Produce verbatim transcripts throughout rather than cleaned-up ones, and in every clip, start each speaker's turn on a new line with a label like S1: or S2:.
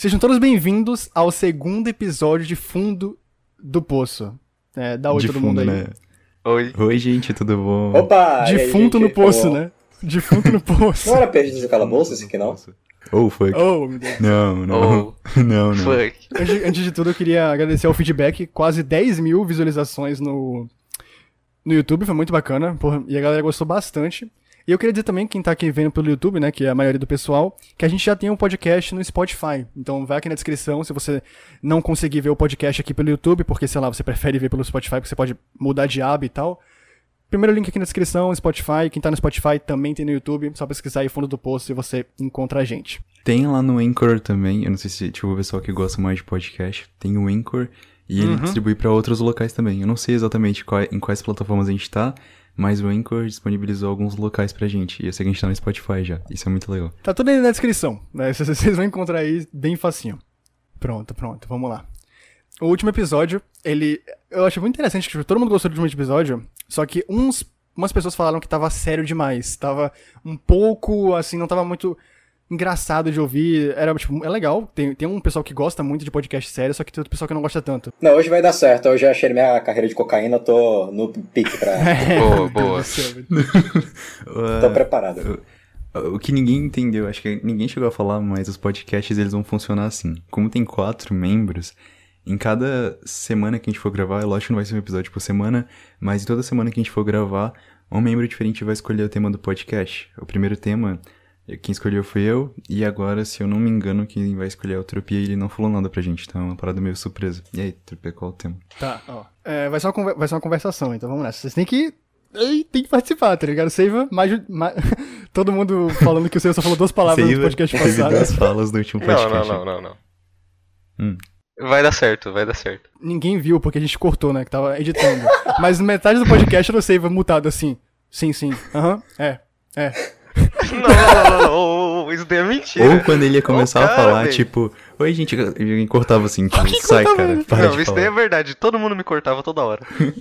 S1: Sejam todos bem-vindos ao segundo episódio de Fundo do Poço. É, dá oi
S2: de
S1: todo
S2: fundo,
S1: mundo aí.
S2: Né?
S3: Oi.
S2: Oi, gente, tudo bom?
S4: Opa!
S1: Defunto no poço, né? Defunto no poço.
S4: Não era Perdidos no Calabouço esse aqui, não?
S2: Oh, fuck.
S1: Oh, meu Deus.
S2: Não, não.
S3: Oh,
S2: não, não.
S3: Fuck.
S1: Antes, antes de tudo, eu queria agradecer ao feedback. Quase dez mil visualizações no, no YouTube, foi muito bacana. Porra, e a galera gostou bastante. E eu queria dizer também, quem tá aqui vendo pelo YouTube, né, que é a maioria do pessoal, que a gente já tem um podcast no Spotify. Então vai aqui na descrição, se você não conseguir ver o podcast aqui pelo YouTube, porque, sei lá, você prefere ver pelo Spotify, porque você pode mudar de aba e tal. Primeiro link aqui na descrição, Spotify. Quem tá no Spotify também tem no YouTube. Só pesquisar aí Fundo do Poço e você encontra a gente.
S2: Tem lá no Anchor também, eu não sei se, tipo, o pessoal que gosta mais de podcast, tem o Anchor e ele uhum. distribui pra outros locais também. Eu não sei exatamente qual, em quais plataformas a gente tá, mas o Anchor disponibilizou alguns locais pra gente. E eu sei que a gente tá no Spotify já. Isso é muito legal. Tá
S1: tudo aí na descrição, né? Vocês vão encontrar aí bem facinho. Pronto, pronto. Vamos lá. O último episódio, ele... Eu achei muito interessante, que todo mundo gostou do último episódio, só que uns, umas pessoas falaram que tava sério demais. Tava um pouco, assim, não tava muito engraçado de ouvir. Era, tipo, é legal. Tem, tem um pessoal que gosta muito de podcast sério, só que tem outro pessoal que não gosta tanto.
S4: Não, hoje vai dar certo. Eu já achei minha carreira de cocaína, tô no pique pra...
S3: boa, boa.
S4: Tô preparado.
S2: O que ninguém entendeu, acho que ninguém chegou a falar, mas os podcasts, eles vão funcionar assim. Como tem quatro membros, em cada semana que a gente for gravar, é lógico que não vai ser um episódio por semana, mas em toda semana que a gente for gravar, um membro diferente vai escolher o tema do podcast. O primeiro tema, quem escolheu foi eu, e agora, se eu não me engano, quem vai escolher é o Tropia, e ele não falou nada pra gente, então é uma parada meio surpresa. E aí, Tropia, qual é o tema?
S1: Tá, ó. É, vai, ser uma conver- vai ser uma conversação, então vamos nessa. Vocês têm que... Tem que participar, tá ligado? Seiva, mais, mais... todo mundo falando que o Seiva só falou duas palavras
S2: Seiva,
S1: no podcast
S2: teve
S1: passado.
S2: duas falas no último podcast.
S3: Não, não, não, não, não.
S2: Hum.
S3: Vai dar certo, vai dar certo.
S1: Ninguém viu, porque a gente cortou, né, que tava editando. Mas metade do podcast era o Seiva mutado assim. Sim, sim, aham, uhum. é, é.
S3: Não, não, não, não, não, isso daí é mentira.
S2: Ou quando ele ia começar
S3: cara,
S2: a falar,
S3: véio.
S2: tipo... Oi, gente, ele cortava assim, tipo,
S1: Que
S2: sai,
S1: cortava
S2: cara,
S1: ele?
S2: para
S3: Não,
S2: de
S3: isso
S2: falar.
S3: daí é verdade, todo mundo me cortava toda hora.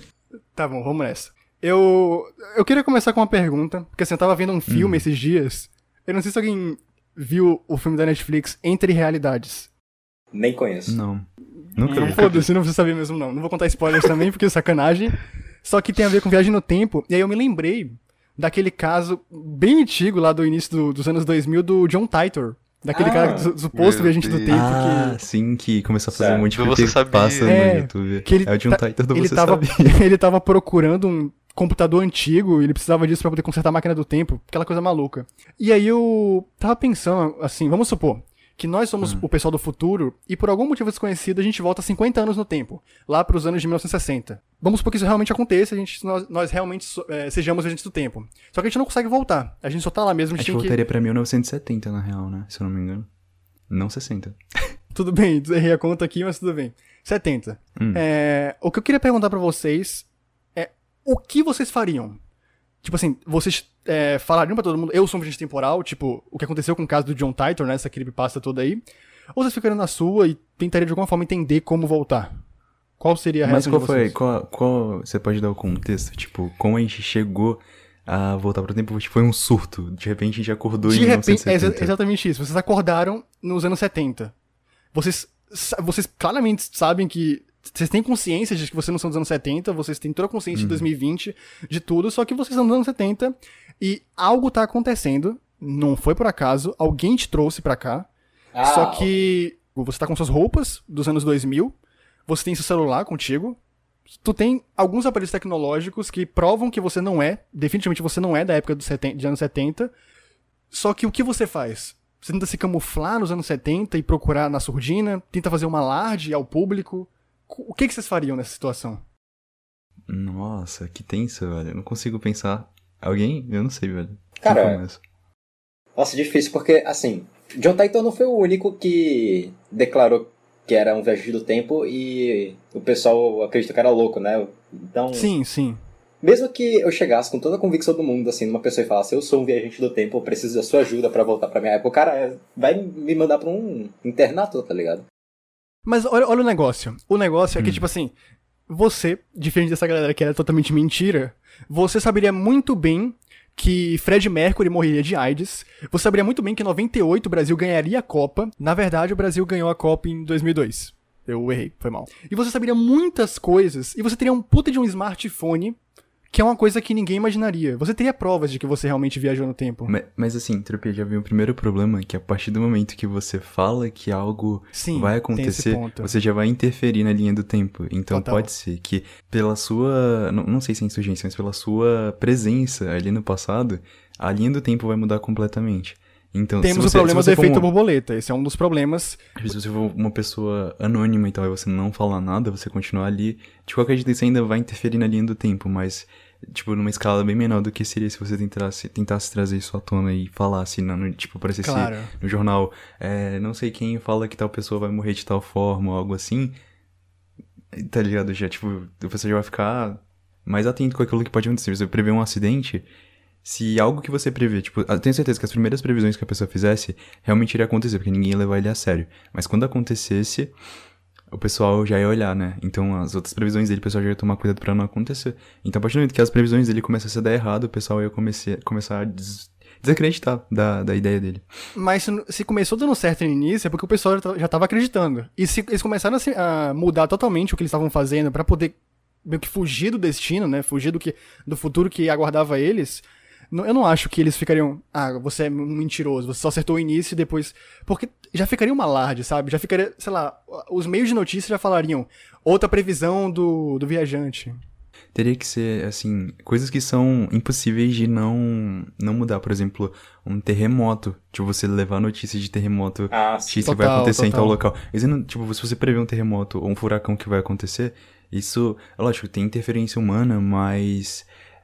S1: Tá bom, vamos nessa. Eu, eu queria começar com uma pergunta, porque assim, eu tava vendo um filme
S2: hum.
S1: esses dias. Eu não sei se alguém viu o filme da Netflix Entre Realidades.
S4: Nem conheço.
S2: Não. Nunca
S1: Não,
S2: vi.
S1: foda-se, não precisa saber mesmo não. Não vou contar spoilers também, porque é sacanagem. Só que tem a ver com viagem no tempo. E aí eu me lembrei daquele caso bem antigo, lá do início do, dos anos dois mil, do John Titor. Daquele
S4: Ah,
S1: cara do suposto
S3: meu
S1: viajante do
S3: Deus.
S1: tempo
S2: Ah,
S1: que...
S2: sim, que começou a fazer
S4: Certo.
S2: um monte de
S3: Do
S2: coisa
S3: Você Sabia.
S2: que passa
S1: É,
S2: no YouTube.
S1: que ele
S2: é o John
S1: tá-
S2: Titor do
S1: ele
S2: Você
S1: tava,
S2: Sabia.
S1: ele tava procurando um computador antigo, ele precisava disso pra poder consertar a máquina do tempo, aquela coisa maluca. E aí eu tava pensando, assim, vamos supor que nós somos
S2: Hum.
S1: o pessoal do futuro e por algum motivo desconhecido a gente volta cinquenta anos no tempo, lá pros anos de mil novecentos e sessenta. Vamos supor que isso realmente aconteça, a gente, nós, nós realmente so- é, sejamos agentes do tempo. Só que a gente não consegue voltar, a gente só tá lá mesmo, a
S2: A
S1: gente
S2: gente
S1: tem que...
S2: voltaria pra mil novecentos e setenta, na real, né? Se eu não me engano. Não sessenta.
S1: Tudo bem, errei a conta aqui, mas tudo bem. setenta.
S2: Hum.
S1: É, o que eu queria perguntar pra vocês é o que vocês fariam? Tipo assim, vocês é, falariam pra todo mundo, eu sou um agente temporal, tipo, o que aconteceu com o caso do John Titor, né, essa creepypasta toda aí, ou vocês ficariam na sua e tentariam de alguma forma entender como voltar? Qual seria a
S2: Mas
S1: reação
S2: qual
S1: de
S2: foi?
S1: vocês?
S2: Qual, qual... Você pode dar o contexto? Tipo, como a gente chegou a voltar pro tempo? Tipo, foi um surto. De repente a gente acordou
S1: De
S2: em
S1: repente, é exa-
S2: mil novecentos e setenta.
S1: exatamente isso, vocês acordaram nos anos setenta. Vocês, sa- vocês claramente sabem que vocês têm consciência de que vocês não são dos anos setenta, vocês têm toda a consciência de dois mil e vinte, de tudo, só que vocês são dos anos setenta e algo tá acontecendo, não foi por acaso, alguém te trouxe pra cá,
S4: Ah,
S1: só que você tá com suas roupas dos anos dois mil, você tem seu celular contigo, tu tem alguns aparelhos tecnológicos que provam que você não é, definitivamente você não é da época dos setenta, de anos setenta, só que o que você faz? Você tenta se camuflar nos anos setenta e procurar na surdina, tenta fazer uma alarde ao público. O que, que vocês fariam nessa situação?
S2: Nossa, que tenso, velho. Eu não consigo pensar. Alguém? Eu não sei, velho.
S4: Cara,
S2: Quem começa?
S4: Nossa, difícil, porque, assim, John Titor não foi o único que declarou que era um viajante do tempo e o pessoal acreditou que era louco, né? Então,
S1: Sim, sim.
S4: mesmo que eu chegasse com toda a convicção do mundo, assim, numa pessoa e falasse, eu sou um viajante do tempo, eu preciso da sua ajuda pra voltar pra minha época, o cara vai me mandar pra um internato, tá ligado?
S1: Mas olha, olha o negócio. O negócio é que,
S2: Hum.
S1: tipo assim, você, diferente dessa galera que era totalmente mentira, você saberia muito bem que Fred Mercury morreria de AIDS. Você saberia muito bem que em noventa e oito o Brasil ganharia a Copa. Na verdade, o Brasil ganhou a Copa em dois mil e dois. Eu errei, foi mal. E você saberia muitas coisas, e você teria um puta de um smartphone, que é uma coisa que ninguém imaginaria. Você teria provas de que você realmente viajou no tempo.
S2: Mas, mas assim, Tropia, já vi um primeiro problema, que a partir do momento que você fala que algo
S1: Sim,
S2: vai
S1: tem esse
S2: acontecer,
S1: ponto.
S2: você já vai interferir na linha do tempo. Então
S1: Total.
S2: pode ser que pela sua, não, não sei se é insurgência, mas pela sua presença ali no passado, a linha do tempo vai mudar completamente. Então,
S1: Temos
S2: se você,
S1: o problema
S2: se você
S1: do efeito
S2: for uma,
S1: borboleta. Esse é um dos problemas.
S2: se você for uma pessoa anônima, então, e você não falar nada, você continuar ali, de qualquer jeito isso ainda vai interferir na linha do tempo, mas, tipo, numa escala bem menor do que seria se você tentasse, tentasse trazer isso à tona e falasse, no, tipo, aparecesse
S1: Claro.
S2: no jornal, é, não sei quem fala que tal pessoa vai morrer de tal forma ou algo assim, tá ligado? Já, tipo, você já vai ficar mais atento com aquilo que pode acontecer. Você prevê um acidente, se algo que você prevê, tipo, eu tenho certeza que as primeiras previsões que a pessoa fizesse realmente iria acontecer, porque ninguém ia levar ele a sério. Mas quando acontecesse, o pessoal já ia olhar, né? Então as outras previsões dele, o pessoal já ia tomar cuidado pra não acontecer. Então a partir do momento que as previsões dele começassem a dar errado, o pessoal ia comece, começar a des, desacreditar da, da ideia dele.
S1: Mas se, se começou dando certo no início, é porque o pessoal já, já tava acreditando. E se eles começaram a, se, a mudar totalmente o que eles estavam fazendo pra poder meio que fugir do destino, né? Fugir do, que, do futuro que aguardava eles... Eu não acho que eles ficariam, ah, você é um mentiroso, você só acertou o início e depois... Porque já ficaria uma alarde, sabe? Já ficaria, sei lá, os meios de notícia já falariam outra previsão do, do viajante.
S2: Teria que ser, assim, coisas que são impossíveis de não, não mudar. Por exemplo, um terremoto. Tipo, você levar notícia de terremoto
S4: Ah,
S2: X que
S1: total,
S2: vai acontecer em
S1: total.
S2: tal local. Isso não- tipo, se você prever um terremoto ou um furacão que vai acontecer, isso, lógico, tem interferência humana, mas...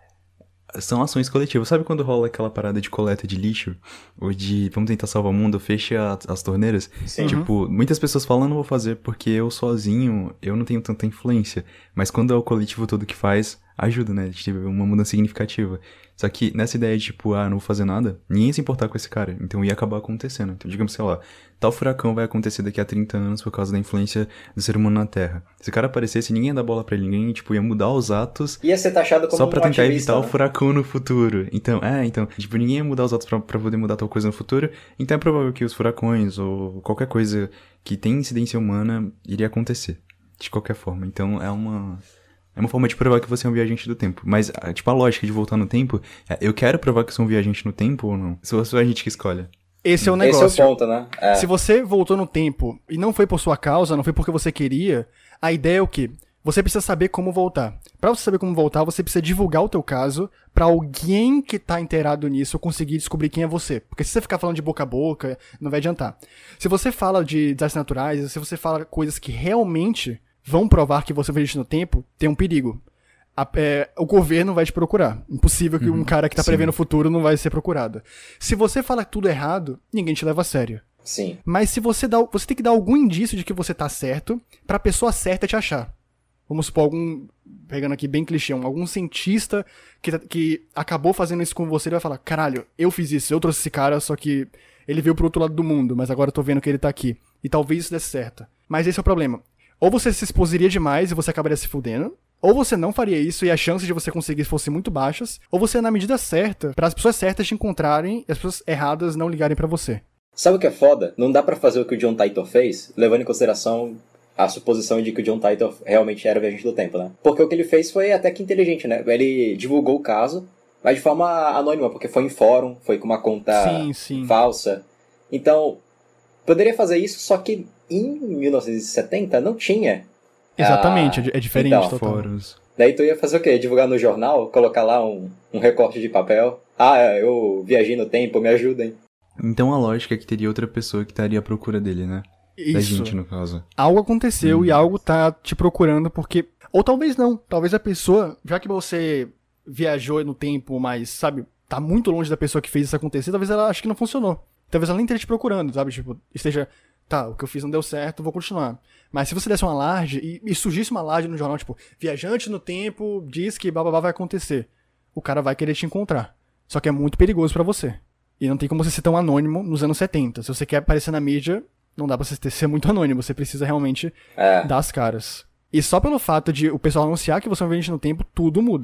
S2: são ações coletivas. Sabe quando rola aquela parada de coleta de lixo? Ou de vamos tentar salvar o mundo, fecha as, as torneiras?
S4: Sim.
S2: Tipo, muitas pessoas falam, não vou fazer porque eu sozinho, eu não tenho tanta influência. Mas quando é o coletivo todo que faz, ajuda, né? A gente teve uma mudança significativa. Só que nessa ideia de tipo, ah, não vou fazer nada, ninguém ia se importar com esse cara. Então ia acabar acontecendo. Então, digamos, sei lá, tal furacão vai acontecer daqui a trinta anos por causa da influência do ser humano na Terra. Se o cara aparecesse, ninguém ia dar bola pra ele, ninguém, tipo, ia mudar os atos
S4: Ia ser taxado como
S2: só pra
S4: um
S2: tentar
S4: ativista,
S2: evitar
S4: né?
S2: o furacão no futuro. Então, é, então, tipo, ninguém ia mudar os atos pra, pra poder mudar tal coisa no futuro. Então é provável que os furacões ou qualquer coisa que tem incidência humana iria acontecer. De qualquer forma. Então é uma... é uma forma de provar que você é um viajante do tempo. Mas, ah, tipo, a lógica de voltar no tempo é, eu quero provar que sou um viajante no tempo ou não? Se sou a gente que escolhe.
S1: Esse é o
S4: Esse
S1: negócio.
S4: é o ponto, né? É.
S1: Se você voltou no tempo e não foi por sua causa, não foi porque você queria, a ideia é o quê? Você precisa saber como voltar. Pra você saber como voltar, você precisa divulgar o teu caso pra alguém que tá inteirado nisso conseguir descobrir quem é você. Porque se você ficar falando de boca a boca, não vai adiantar. Se você fala de desastres naturais, se você fala coisas que realmente vão provar que você viajou no tempo, tem um perigo. A- é, o governo vai te procurar. Impossível que um cara que tá
S2: sim.
S1: prevendo o futuro não vai ser procurado. Se você fala tudo errado, ninguém te leva a sério.
S4: Sim.
S1: Mas se você dá, você tem que dar algum indício de que você tá certo pra pessoa certa te achar. Vamos supor, algum, pegando aqui bem clichê, um- algum cientista que, tá- que acabou fazendo isso com você, ele vai falar, caralho, eu fiz isso, eu trouxe esse cara, só que ele veio pro outro lado do mundo, mas agora eu tô vendo que ele tá aqui. E talvez isso desse certo. Mas esse é o problema. Ou você se exposiria demais e você acabaria se fudendo, ou você não faria isso e as chances de você conseguir fossem muito baixas, ou você é na medida certa, para as pessoas certas te encontrarem e as pessoas erradas não ligarem pra você.
S4: Sabe o que é foda? Não dá pra fazer o que o John Titor fez, levando em consideração a suposição de que o John Titor realmente era o viajante do tempo, né? Porque o que ele fez foi até que inteligente, né? Ele divulgou o caso, mas de forma anônima, porque foi em fórum, foi com uma conta
S1: Sim, sim.
S4: falsa. Então, poderia fazer isso, só que em mil novecentos e setenta não tinha.
S1: Exatamente,
S4: Ah,
S1: é diferente
S4: então,
S1: total.
S2: Fóruns.
S4: Daí tu ia fazer o quê? Divulgar no jornal? Colocar lá um, um recorte de papel? Ah, eu viajei no tempo, me ajudem.
S2: Então a lógica é que teria outra pessoa que estaria à procura dele, né? Da
S1: Isso.
S2: gente, no caso.
S1: Algo aconteceu
S2: Hum.
S1: e algo tá te procurando porque... Ou talvez não. Talvez a pessoa, já que você viajou no tempo, mas, sabe, tá muito longe da pessoa que fez isso acontecer, talvez ela ache que não funcionou. Talvez ela nem esteja te procurando, sabe? Tipo, esteja... Tá, o que eu fiz não deu certo, vou continuar. Mas se você desse uma alarde e, e surgisse uma alarde no jornal, tipo, viajante no tempo diz que bababá vai acontecer, o cara vai querer te encontrar. Só que é muito perigoso pra você. E não tem como você ser tão anônimo nos anos setenta. Se você quer aparecer na mídia, não dá pra você ter- ser muito anônimo. Você precisa realmente
S4: É.
S1: dar as caras. E só pelo fato de o pessoal anunciar que você é um viajante no tempo, tudo muda.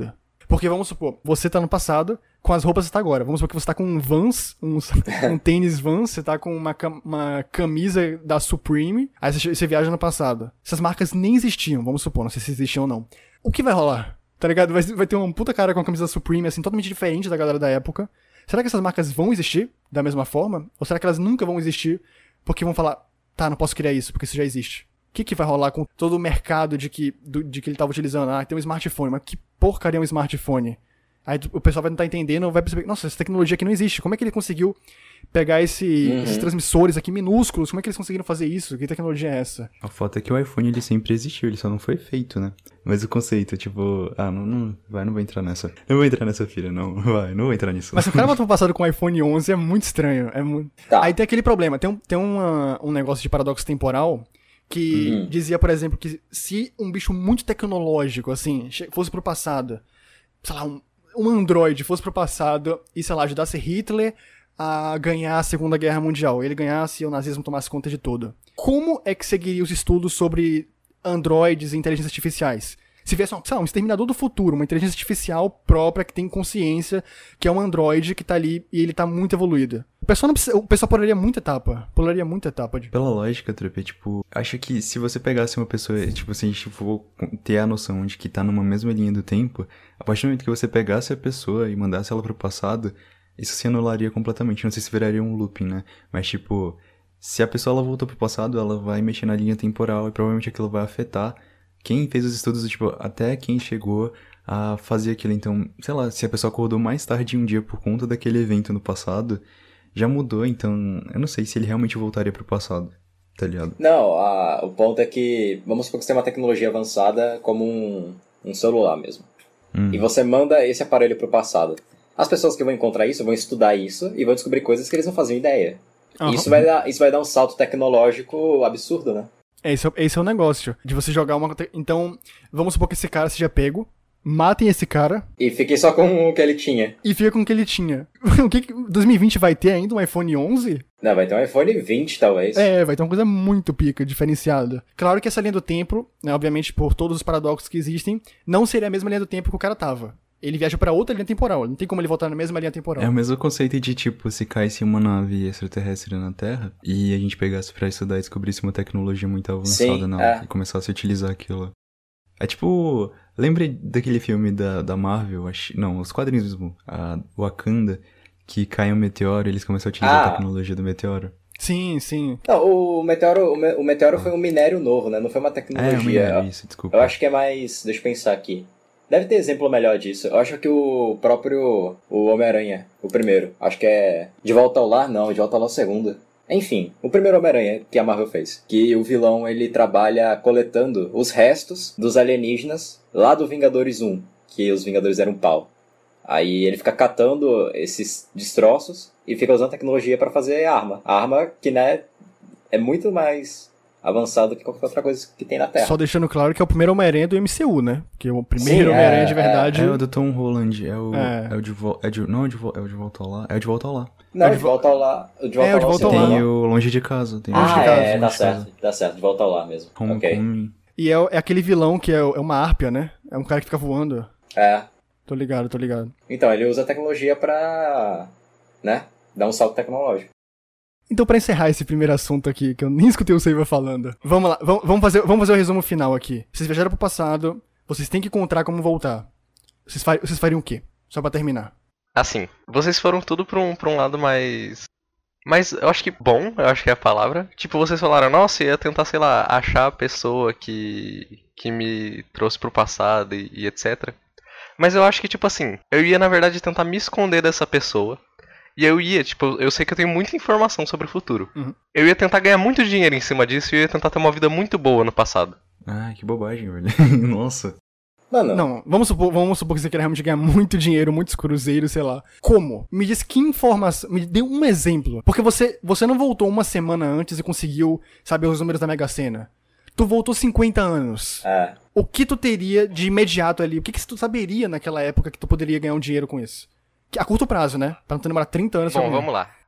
S1: Porque vamos supor, você tá no passado com as roupas que você tá agora. Vamos supor que você tá com um Vans, um, um tênis Vans, você tá com uma, cam- uma camisa da Supreme, aí você, você viaja no passado. Essas marcas nem existiam, vamos supor, não sei se existiam ou não. O que vai rolar? Tá ligado? Vai, vai ter uma puta cara com a camisa da Supreme, assim, totalmente diferente da galera da época. Será que essas marcas vão existir da mesma forma? Ou será que elas nunca vão existir porque vão falar, tá, não posso criar isso, porque isso já existe? O que, que vai rolar com todo o mercado de que, do, de que ele tava utilizando? Ah, tem um smartphone, mas que porcaria é um smartphone? Aí o pessoal vai não estar entendendo, vai perceber, nossa, essa tecnologia aqui não existe. Como é que ele conseguiu pegar esse, uhum. esses transmissores aqui minúsculos? Como é que eles conseguiram fazer isso? Que tecnologia é essa?
S2: A foto é que o iPhone ele sempre existiu, ele só não foi feito, né? Mas o conceito, tipo, ah, não, não, vai, não vou entrar nessa. Não vou entrar nessa filha, não, vai, não vou entrar nisso.
S1: Mas se o cara voltou pro passado com o iPhone onze, é muito estranho. É muito... Tá. Aí tem aquele problema, tem, um, tem uma, um negócio de paradoxo temporal que uhum. dizia, por exemplo, que se um bicho muito tecnológico, assim, fosse pro passado, sei lá, um, um androide fosse pro passado e, sei lá, ajudasse Hitler a ganhar a Segunda Guerra Mundial, ele ganhasse e o nazismo tomasse conta de tudo. Como é que seguiria os estudos sobre androides e inteligências artificiais? Se viesse, sei lá, um exterminador do futuro, uma inteligência artificial própria que tem consciência, que é um androide que tá ali e ele tá muito evoluído. O pessoal, não precisa, o pessoal pularia muita etapa. Pularia muita etapa. De...
S2: Pela lógica, Trupe, tipo, acho que se você pegasse uma pessoa, tipo, se a gente for ter a noção de que tá numa mesma linha do tempo, a partir do momento que você pegasse a pessoa e mandasse ela pro passado, isso se anularia completamente. Não sei se viraria um looping, né? Mas, tipo, se a pessoa ela voltou pro passado, ela vai mexer na linha temporal e provavelmente aquilo vai afetar quem fez os estudos, tipo, até quem chegou a fazer aquilo. Então, sei lá, se a pessoa acordou mais tarde um dia por conta daquele evento no passado, já mudou, então eu não sei se ele realmente voltaria pro passado, tá ligado?
S4: Não, a, o ponto é que, vamos supor que você tem uma tecnologia avançada como um, um celular mesmo. Hum. E você manda esse aparelho pro passado. As pessoas que vão encontrar isso vão estudar isso e vão descobrir coisas que eles não faziam ideia. Uhum. Isso vai dar, isso vai dar um salto tecnológico absurdo, né?
S1: Esse é, esse é o negócio, de você jogar uma... Então, vamos supor que esse cara seja pego, matem esse cara...
S4: E fiquem só com o que ele tinha.
S1: E fica com o que ele tinha. O que dois mil e vinte vai ter ainda um iPhone onze?
S4: Não, vai ter um iPhone vinte, talvez.
S1: É, vai ter uma coisa muito pica, diferenciada. Claro que essa linha do tempo, né, obviamente por todos os paradoxos que existem, não seria a mesma linha do tempo que o cara tava. Ele viaja pra outra linha temporal, não tem como ele voltar na mesma linha temporal.
S2: É o mesmo conceito de, tipo, se caísse uma nave extraterrestre na Terra e a gente pegasse pra estudar e descobrisse uma tecnologia muito avançada
S4: Sim,
S2: na
S4: é.
S2: e começasse a utilizar aquilo. É tipo, lembre daquele filme da, da Marvel, acho, não, os quadrinhos mesmo, a Wakanda, que cai um meteoro e eles começam a utilizar
S4: ah.
S2: a tecnologia do meteoro.
S1: Sim, sim.
S4: Não, o meteoro, o, me, o meteoro ah. foi um minério novo, né? Não foi uma tecnologia.
S2: É, um minério, isso, desculpa.
S4: Eu acho que é mais... Deixa eu pensar aqui. Deve ter exemplo melhor disso. Eu acho que o próprio o Homem-Aranha, o primeiro, acho que é De Volta ao Lar, não, De Volta ao Lar é o segundo. Enfim, o primeiro Homem-Aranha que a Marvel fez. Que o vilão, ele trabalha coletando os restos dos alienígenas lá do Vingadores um, que os Vingadores eram um pau. Aí ele fica catando esses destroços e fica usando tecnologia pra fazer arma. A arma que, né, é muito mais... avançado que qualquer outra coisa que tem na Terra.
S1: Só deixando claro que é o primeiro Homem-Aranha do M C U, né? Porque o primeiro Sim, Homem-Aranha
S4: é,
S1: de verdade...
S2: É, é o do Tom Holland, é o...
S1: É,
S2: é o de, vo, é de Não, é de, vo, é o de Volta ao Lar. É o de Volta ao Lar.
S4: Não,
S1: é
S4: de, de Volta ao Lar. De volta
S1: é, o de Volta ao Lar.
S2: Tem o Longe de Casa. Tem
S4: ah,
S2: longe de
S4: casa, é,
S2: longe
S4: dá
S2: de
S4: certo,
S2: casa.
S4: dá certo. De Volta ao Lar mesmo.
S2: Home,
S4: ok.
S2: home.
S1: E é, é aquele vilão que é, é uma árpia, né? É um cara que fica voando.
S4: É.
S1: Tô ligado, tô ligado.
S4: Então, ele usa a tecnologia pra... né? Dar um salto tecnológico.
S1: Então, pra encerrar esse primeiro assunto aqui, que eu nem escutei o Seiva falando, vamos lá, vamos, vamos, fazer, vamos fazer o resumo final aqui. Vocês viajaram pro passado, vocês têm que encontrar como voltar. Vocês, fa- vocês fariam o quê? Só pra terminar.
S3: Assim, vocês foram tudo pra um, pra um lado mais... Mas eu acho que bom, eu acho que é a palavra. Tipo, vocês falaram, nossa, eu ia tentar, sei lá, achar a pessoa que, que me trouxe pro passado e, e etcétera. Mas eu acho que, tipo assim, eu ia, na verdade, tentar me esconder dessa pessoa. E eu ia, tipo, eu sei que eu tenho muita informação sobre o futuro.
S1: Uhum.
S3: Eu ia tentar ganhar muito dinheiro em cima disso e eu ia tentar ter uma vida muito boa no passado.
S2: Ah, que bobagem, velho. Nossa.
S4: Mano.
S1: Não, vamos supor, vamos supor que você quer realmente ganhar muito dinheiro, muitos cruzeiros, sei lá. Como? Me diz que informação, me dê um exemplo. Porque você, você não voltou uma semana antes e conseguiu saber os números da Mega Sena. Tu voltou cinquenta anos.
S4: É.
S1: O que tu teria de imediato ali? O que, que tu saberia naquela época que tu poderia ganhar um dinheiro com isso? A curto prazo, né? Pra não ter demorar trinta anos.
S3: Bom, vamos lá.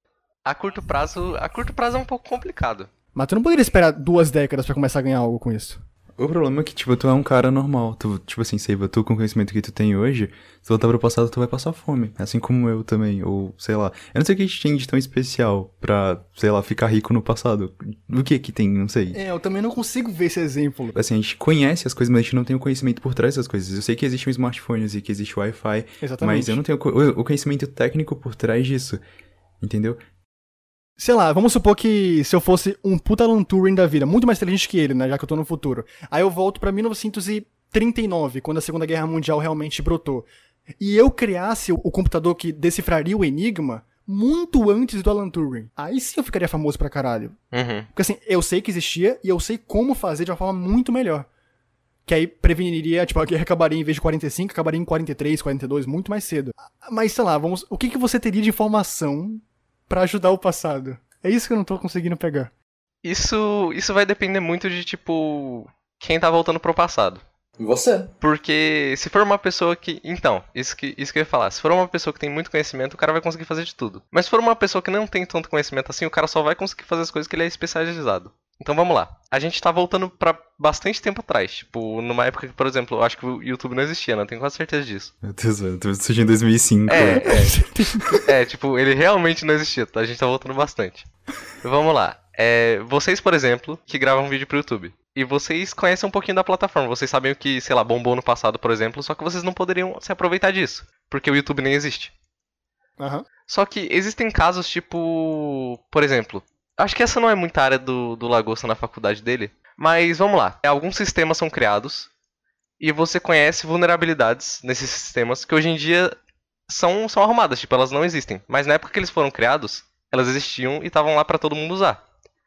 S3: A curto prazo, a curto prazo é um pouco complicado.
S1: Mas tu não poderia esperar duas décadas pra começar a ganhar algo com isso.
S2: O problema é que, tipo, tu é um cara normal. Tu, tipo assim, Seiva, tu com o conhecimento que tu tem hoje, se tu voltar pro passado, tu vai passar fome. Assim como eu também. Ou, sei lá. Eu não sei o que a gente tem de tão especial pra, sei lá, ficar rico no passado. O que que tem? Não sei.
S1: É, eu também não consigo ver esse exemplo.
S2: Assim, a gente conhece as coisas, mas a gente não tem o conhecimento por trás das coisas. Eu sei que existe um smartphone, eu sei que existe Wi-Fi.
S1: Exatamente.
S2: Mas eu não tenho o, o conhecimento técnico por trás disso. Entendeu?
S1: Sei lá, vamos supor que se eu fosse um puta Alan Turing da vida, muito mais inteligente que ele, né, já que eu tô no futuro. Aí eu volto pra mil novecentos e trinta e nove, quando a Segunda Guerra Mundial realmente brotou. E eu criasse o computador que decifraria o Enigma muito antes do Alan Turing. Aí sim eu ficaria famoso pra caralho.
S3: Uhum.
S1: Porque assim, eu sei que existia e eu sei como fazer de uma forma muito melhor. Que aí preveniria, tipo, a guerra acabaria em vez de quarenta e cinco, acabaria em quarenta e três, quarenta e dois, muito mais cedo. Mas sei lá, vamos, o que, que você teria de informação pra ajudar o passado? É isso que eu não tô conseguindo pegar.
S3: Isso, isso vai depender muito de, tipo, quem tá voltando pro passado.
S4: Você.
S3: Porque se for uma pessoa que... Então, isso que, isso que eu ia falar. Se for uma pessoa que tem muito conhecimento, o cara vai conseguir fazer de tudo. Mas se for uma pessoa que não tem tanto conhecimento assim, o cara só vai conseguir fazer as coisas que ele é especializado. Então vamos lá. A gente tá voltando pra bastante tempo atrás. Tipo, numa época que, por exemplo, eu acho que o YouTube não existia, né? Eu tenho quase certeza disso.
S2: Meu Deus, eu tô surgindo em dois mil e cinco.
S3: É, é. É, tipo, ele realmente não existia. Tá? A gente tá voltando bastante. Vamos lá. É, vocês, por exemplo, que gravam vídeo pro YouTube. E vocês conhecem um pouquinho da plataforma. Vocês sabem o que, sei lá, bombou no passado, por exemplo. Só que vocês não poderiam se aproveitar disso. Porque o YouTube nem existe.
S1: Aham.
S3: Só que existem casos tipo... Por exemplo... Acho que essa não é muita área do, do Lagosta na faculdade dele. Mas vamos lá. Alguns sistemas são criados. E você conhece vulnerabilidades nesses sistemas que hoje em dia são, são arrumadas. Tipo, elas não existem. Mas na época que eles foram criados, elas existiam e estavam lá pra todo mundo usar.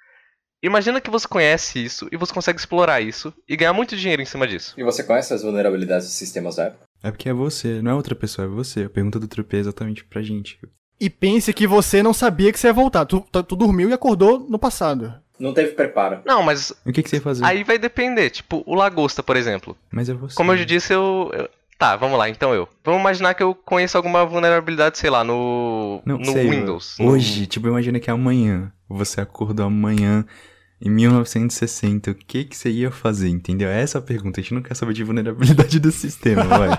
S3: Imagina que você conhece isso e você consegue explorar isso e ganhar muito dinheiro em cima disso.
S4: E você conhece as vulnerabilidades dos sistemas da época?
S2: É porque é você, não é outra pessoa, é você. A pergunta do Trupê é exatamente pra gente.
S1: E pense que você não sabia que você ia voltar. Tu, tu, tu dormiu e acordou no passado.
S4: Não teve preparo.
S3: Não, mas
S2: O que, que você ia fazer?
S3: aí vai depender. Tipo, o Lagosta, por exemplo.
S2: Mas é você.
S3: Como eu já disse, eu... eu... Tá, vamos lá, então eu. Vamos imaginar que eu conheço alguma vulnerabilidade, sei lá, no,
S2: Não,
S3: no
S2: sei,
S3: Windows.
S2: Hoje,
S3: no...
S2: tipo, imagina que amanhã, você acordou amanhã, em mil novecentos e sessenta, o que que você ia fazer, entendeu? Essa é a pergunta, a gente não quer saber de vulnerabilidade do sistema, vai.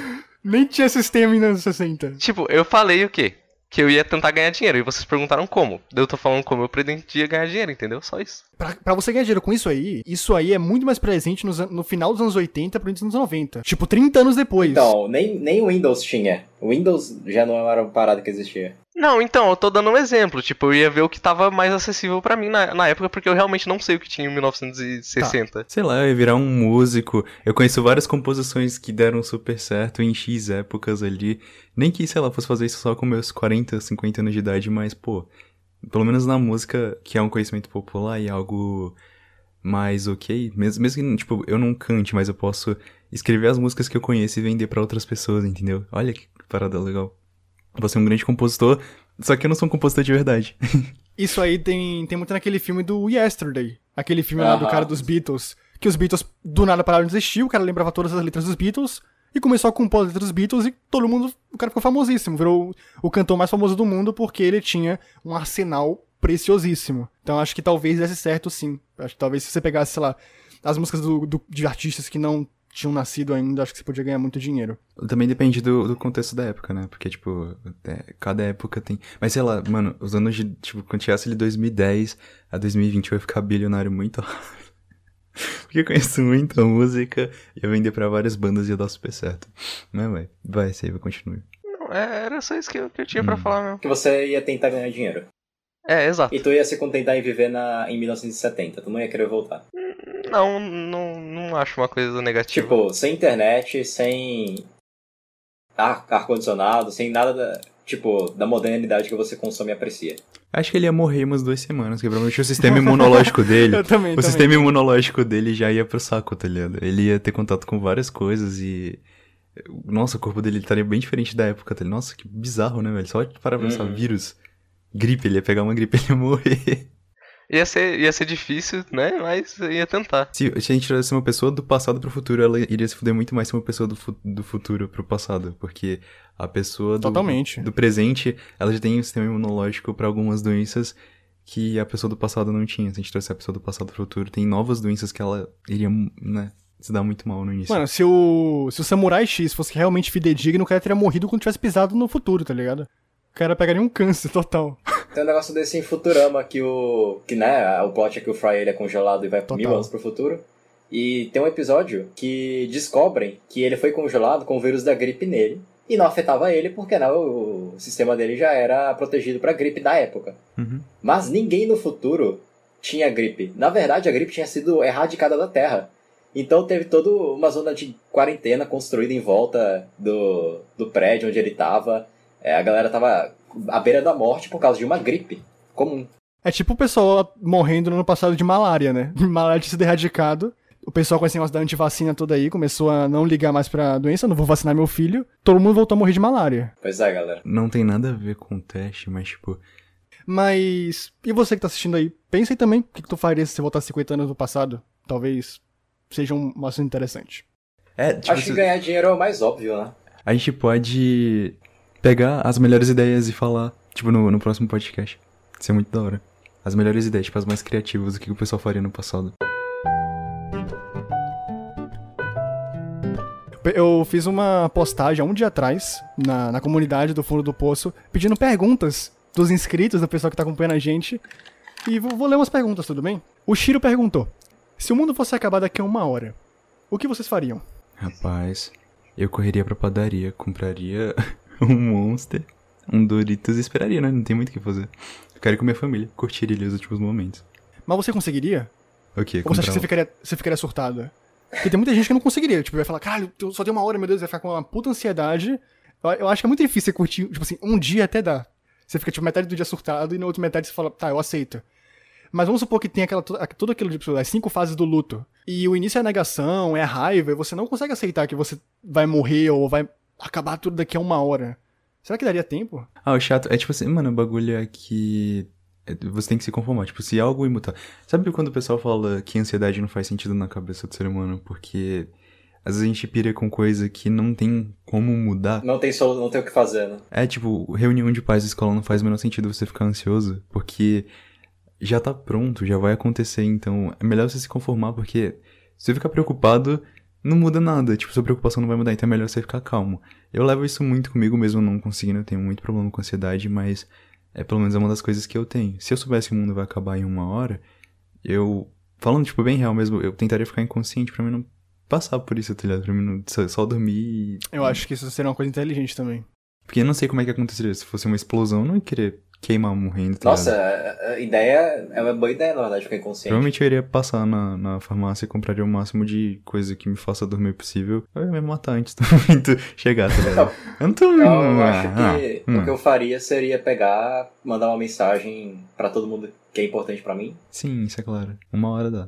S1: Nem tinha sistema em mil novecentos e sessenta.
S3: Tipo, eu falei o quê? Que eu ia tentar ganhar dinheiro. E vocês perguntaram como. Eu tô falando como eu pretendia ganhar dinheiro, entendeu? Só isso.
S1: Pra, pra você ganhar dinheiro com isso aí, isso aí é muito mais presente nos, an- no final dos anos oitenta pro início dos anos noventa. Tipo, trinta anos depois.
S4: Então, nem, nem o Windows tinha. O Windows já não era uma parada que existia.
S3: Não, então, eu tô dando um exemplo. Tipo, eu ia ver o que tava mais acessível pra mim na, na época, porque eu realmente não sei o que tinha em mil novecentos e sessenta.
S2: Sei lá, eu ia virar um músico. Eu conheço várias composições que deram super certo em X épocas ali. Nem que, sei lá, fosse fazer isso só com meus quarenta, cinquenta anos de idade, mas, pô, pelo menos na música, que é um conhecimento popular e algo mais ok. Mesmo, mesmo que, tipo, eu não cante, mas eu posso escrever as músicas que eu conheço e vender pra outras pessoas, entendeu? Olha que parada legal. Você é um grande compositor, só que eu não sou um compositor de verdade.
S1: Isso aí tem, tem muito naquele filme do Yesterday. Aquele filme lá do
S4: Aham.
S1: cara dos Beatles. Que os Beatles do nada pararam de existir, o cara lembrava todas as letras dos Beatles e começou a compor as letras dos Beatles e todo mundo, o cara ficou famosíssimo. Virou o cantor mais famoso do mundo porque ele tinha um arsenal preciosíssimo. Então acho que talvez desse certo sim. Acho que talvez se você pegasse, sei lá, as músicas do, do, de artistas que não tinham nascido ainda, acho que você podia ganhar muito dinheiro.
S2: Também depende do, do contexto da época, né? Porque, tipo, é, cada época tem... Mas, sei lá, mano, os anos de... Tipo, quando chegasse de dois mil e dez a dois mil e vinte eu ia ficar bilionário muito rápido. Porque eu conheço muita música e ia vender pra várias bandas e ia dar super certo. Mas, vai, vai, Seiva, continue.
S3: Não, é, era só isso que eu, que eu tinha pra falar mesmo.
S4: Que você ia tentar ganhar dinheiro.
S3: É, exato.
S4: E tu ia se contentar em viver na, em mil novecentos e setenta. Tu não ia querer voltar.
S3: Não, não, não acho uma coisa negativa.
S4: Tipo, sem internet, sem ar- ar-condicionado, sem nada da, tipo, da modernidade que você consome e aprecia.
S2: Acho que ele ia morrer umas duas semanas, que provavelmente o sistema imunológico dele...
S1: Eu também,
S2: o
S1: também.
S2: sistema imunológico dele já ia pro saco, tá ligado? Ele ia ter contato com várias coisas e... Nossa, o corpo dele estaria bem diferente da época, tá ligado? Nossa, que bizarro, né, velho? Só parar pra pensar,
S4: Uhum.
S2: vírus, gripe, ele ia pegar uma gripe e ele ia morrer.
S3: Ia ser, ia ser difícil, né? Mas eu ia tentar.
S2: Se, se a gente tivesse uma pessoa do passado pro futuro, ela iria se fuder muito mais se uma pessoa do, fu- do futuro pro passado, porque a pessoa do,
S1: Totalmente.
S2: do presente, ela já tem um sistema imunológico pra algumas doenças que a pessoa do passado não tinha. Se a gente trouxer a pessoa do passado pro futuro, tem novas doenças que ela iria, né, se dar muito mal no início.
S1: Mano, se o, se o Samurai X fosse realmente fidedigno, o cara teria morrido quando tivesse pisado no futuro, tá ligado? O cara pegaria um câncer total.
S4: Tem um negócio desse em Futurama que o... Que, né, o plot é que o Fry ele é congelado e vai
S1: Total.
S4: mil anos pro futuro. E tem um episódio que descobrem que ele foi congelado com o vírus da gripe nele. E não afetava ele porque não, o sistema dele já era protegido pra gripe da época.
S2: Uhum.
S4: Mas ninguém no futuro tinha gripe. Na verdade, a gripe tinha sido erradicada da Terra. Então teve toda uma zona de quarentena construída em volta do, do prédio onde ele tava. É, a galera tava à beira da morte por causa de uma gripe comum.
S1: É tipo o pessoal morrendo no ano passado de malária, né? Malária tinha sido erradicado. O pessoal com esse negócio da antivacina toda aí começou a não ligar mais pra doença. Não vou vacinar meu filho. Todo mundo voltou a morrer de malária.
S4: Pois é, galera.
S2: Não tem nada a ver com o teste, mas tipo...
S1: Mas... E você que tá assistindo aí? Pensa aí também o que, que tu faria se você voltasse cinquenta anos no passado. Talvez seja um um assunto interessante.
S2: É, tipo,
S4: Acho que
S2: se-
S4: ganhar dinheiro é o mais óbvio, né?
S2: a gente pode pegar as melhores ideias e falar, tipo, no, no próximo podcast. Isso é muito da hora. As melhores ideias, tipo, as mais criativas, o que o pessoal faria no passado.
S1: Eu fiz uma postagem há um dia atrás, na, na comunidade do Fundo do Poço, pedindo perguntas dos inscritos, do pessoal que tá acompanhando a gente. E vou, vou ler umas perguntas, tudo bem? O Shiro perguntou: se o mundo fosse acabar daqui a uma hora, o que vocês fariam?
S2: Rapaz, eu correria pra padaria, compraria um Monster, um Doritos e esperaria, né? Não tem muito o que fazer. Ficaria com minha família, curtiria ali os últimos momentos.
S1: Mas você conseguiria?
S2: Ok,
S1: Ou você acha que
S2: comprar
S1: você
S2: um-
S1: ficaria, você ficaria surtada? Porque tem muita gente que não conseguiria. Tipo, vai falar, caralho, eu só tenho uma hora, meu Deus, vai ficar com uma puta ansiedade. Eu, eu acho que é muito difícil você curtir, tipo assim, um dia até dá. Você fica, tipo, metade do dia surtado e na outra metade você fala, tá, eu aceito. Mas vamos supor que tem aquela, tudo aquilo, tipo, as cinco fases do luto. E o início é a negação, é a raiva, e você não consegue aceitar que você vai morrer ou vai acabar tudo daqui a uma hora. Será que daria tempo?
S2: Ah, o chato é tipo assim, mano, o bagulho é que é, você tem que se conformar. Tipo, se algo imutar. Sabe quando o pessoal fala que ansiedade não faz sentido na cabeça do ser humano? Porque às vezes a gente pira com coisa que não tem como mudar.
S4: Não tem, solu- não tem o que fazer, né?
S2: É tipo, reunião de pais da escola não faz o menor sentido você ficar ansioso, porque já tá pronto, já vai acontecer, então é melhor você se conformar, porque se você ficar preocupado, não muda nada, tipo, sua preocupação não vai mudar, então é melhor você ficar calmo. Eu levo isso muito comigo mesmo não conseguindo, eu tenho muito problema com ansiedade, mas é pelo menos é uma das coisas que eu tenho. Se eu soubesse que o mundo vai acabar em uma hora, eu, falando tipo bem real mesmo, eu tentaria ficar inconsciente pra mim não passar por isso, tá ligado? Pra mim não, só, só dormir e...
S1: Eu acho que isso seria uma coisa inteligente também.
S2: Porque eu não sei como é que aconteceria. Se fosse uma explosão, eu não ia querer queimar morrendo, tá
S4: Nossa,
S2: ligado?
S4: a, a ideia é uma boa ideia, na verdade, ficar inconsciente.
S2: Provavelmente eu iria passar na, na farmácia e compraria o máximo de coisa que me faça dormir possível. Eu ia me matar antes do momento chegar, tá ligado? Eu não tô...
S4: Eu, eu acho
S2: Ah,
S4: que
S2: hum.
S4: o que eu faria seria pegar, mandar uma mensagem pra todo mundo que é importante pra mim.
S2: Sim, isso é claro. Uma hora dá.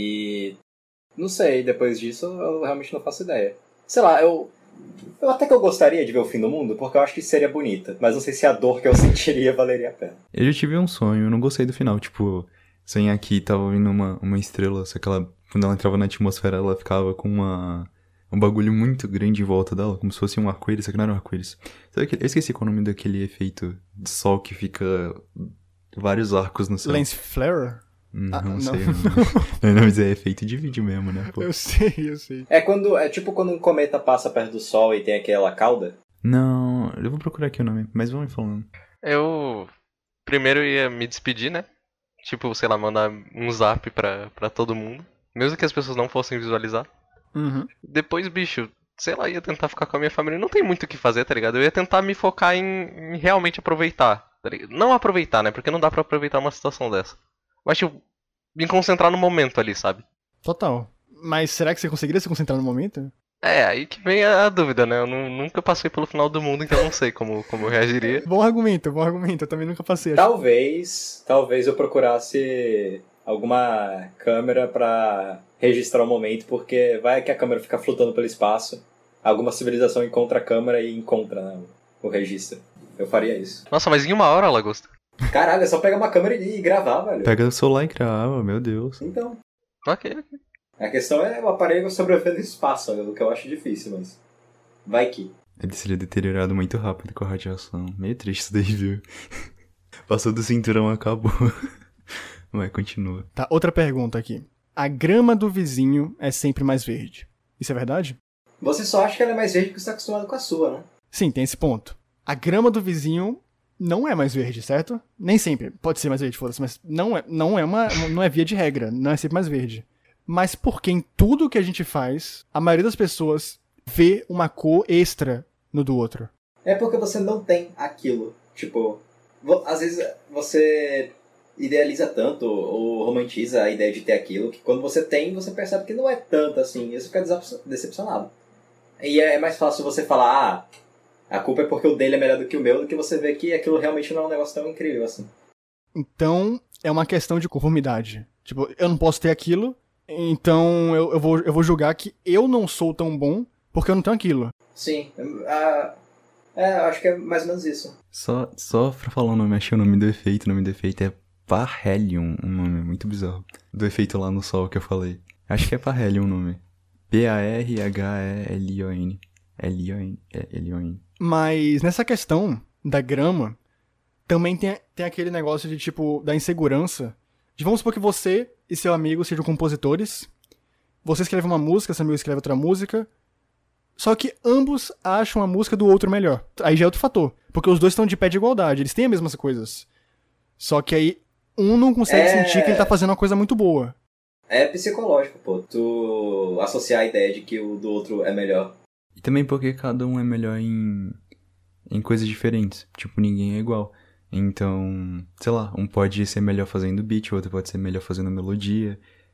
S4: E não sei, depois disso eu realmente não faço ideia. Sei lá, eu, eu até que eu gostaria de ver o fim do mundo, porque eu acho que seria bonita. Mas não sei se a dor que eu sentiria valeria a pena.
S2: Eu já tive um sonho, eu não gostei do final. Tipo, sonhar que tava vindo uma, uma estrela, só que ela, quando ela entrava na atmosfera, ela ficava com uma... um bagulho muito grande em volta dela, como se fosse um arco-íris, só que não era um arco-íris. Sabe aquele... Eu esqueci qual é o nome daquele efeito de sol que fica vários arcos no céu.
S1: Lens flare?
S2: Não,
S1: Ah,
S2: não
S1: não.
S2: sei. Não. Não, mas é efeito de vídeo mesmo, né? Pô.
S1: Eu sei, eu sei.
S4: É quando é tipo quando um cometa passa perto do Sol e tem aquela cauda.
S2: Não, eu vou procurar aqui o nome, mas vamos falando.
S3: Eu primeiro ia me despedir, né? Tipo, sei lá, mandar um zap pra, pra todo mundo. Mesmo que as pessoas não fossem visualizar.
S1: Uhum.
S3: Depois, bicho, sei lá, ia tentar ficar com a minha família. Não tem muito o que fazer, tá ligado? Eu ia tentar me focar em, em realmente aproveitar. Tá ligado? Não aproveitar, né? Porque não dá pra aproveitar uma situação dessa. Mas, tipo, me concentrar no momento ali, sabe?
S1: Total. Mas será que você conseguiria se concentrar no momento?
S3: É, aí que vem a dúvida, né? Eu nu- nunca passei pelo final do mundo, então eu não sei como, como eu reagiria.
S1: Bom argumento, bom argumento. Eu também nunca passei.
S4: Tá.
S1: acho.
S4: Talvez, talvez eu procurasse alguma câmera pra registrar o momento, porque vai que a câmera fica flutuando pelo espaço, alguma civilização encontra a câmera e encontra, né, o registro. Eu faria isso.
S3: Nossa, mas em uma hora, Lagosta?
S4: Caralho, é só pegar uma câmera e e gravar, velho.
S2: Pega o celular e grava, meu Deus.
S4: Então,
S3: Ok, ok.
S4: a questão é o aparelho sobreviver no espaço, né, o que eu acho difícil, mas vai que.
S2: Ele seria deteriorado muito rápido com a radiação. Meio triste isso daí, viu? Passou do cinturão, acabou. Vai, continua.
S1: Tá, outra pergunta aqui. A grama do vizinho é sempre mais verde. Isso é verdade?
S4: Você só acha que ela é mais verde porque você tá acostumado com a sua, né?
S1: Sim, tem esse ponto. A grama do vizinho não é mais verde, certo? Nem sempre. Pode ser mais verde, foda-se, mas não é, não, é uma, não é via de regra. Não é sempre mais verde. Mas porque em tudo que a gente faz, a maioria das pessoas vê uma cor extra no do outro.
S4: É porque você não tem aquilo. Tipo, vo- às vezes você idealiza tanto ou romantiza a ideia de ter aquilo que quando você tem, você percebe que não é tanto assim. E você fica desap- decepcionado. E é mais fácil você falar, ah, a culpa é porque o dele é melhor do que o meu, do que você ver que aquilo realmente não é um negócio tão incrível assim.
S1: Então, é uma questão de conformidade. Tipo, eu não posso ter aquilo, então eu, eu, vou, eu vou julgar que eu não sou tão bom porque eu não tenho aquilo.
S4: Sim, ah, é, acho que é mais ou menos isso.
S2: Só, só pra falar o nome, achei o nome do efeito. O nome do efeito é Parhelion, um nome muito bizarro. Do efeito lá no sol que eu falei. Acho que é Parhelion o nome. P A R H E L O N. L I O N. L O N.
S1: Mas nessa questão da grama, também tem, tem aquele negócio de, tipo, da insegurança. De vamos supor que você e seu amigo sejam compositores. Você escreve uma música, seu amigo escreve outra música. Só que ambos acham a música do outro melhor. Aí já é outro fator. Porque os dois estão de pé de igualdade. Eles têm as mesmas coisas. Só que aí um não consegue
S4: É...
S1: sentir que ele tá fazendo uma coisa muito boa.
S4: É psicológico, pô. Tu associar a ideia de que o do outro é melhor.
S2: E também porque cada um é melhor em, em coisas diferentes. Tipo, ninguém é igual. Então, sei lá, um pode ser melhor fazendo beat, o outro pode ser melhor fazendo melodia.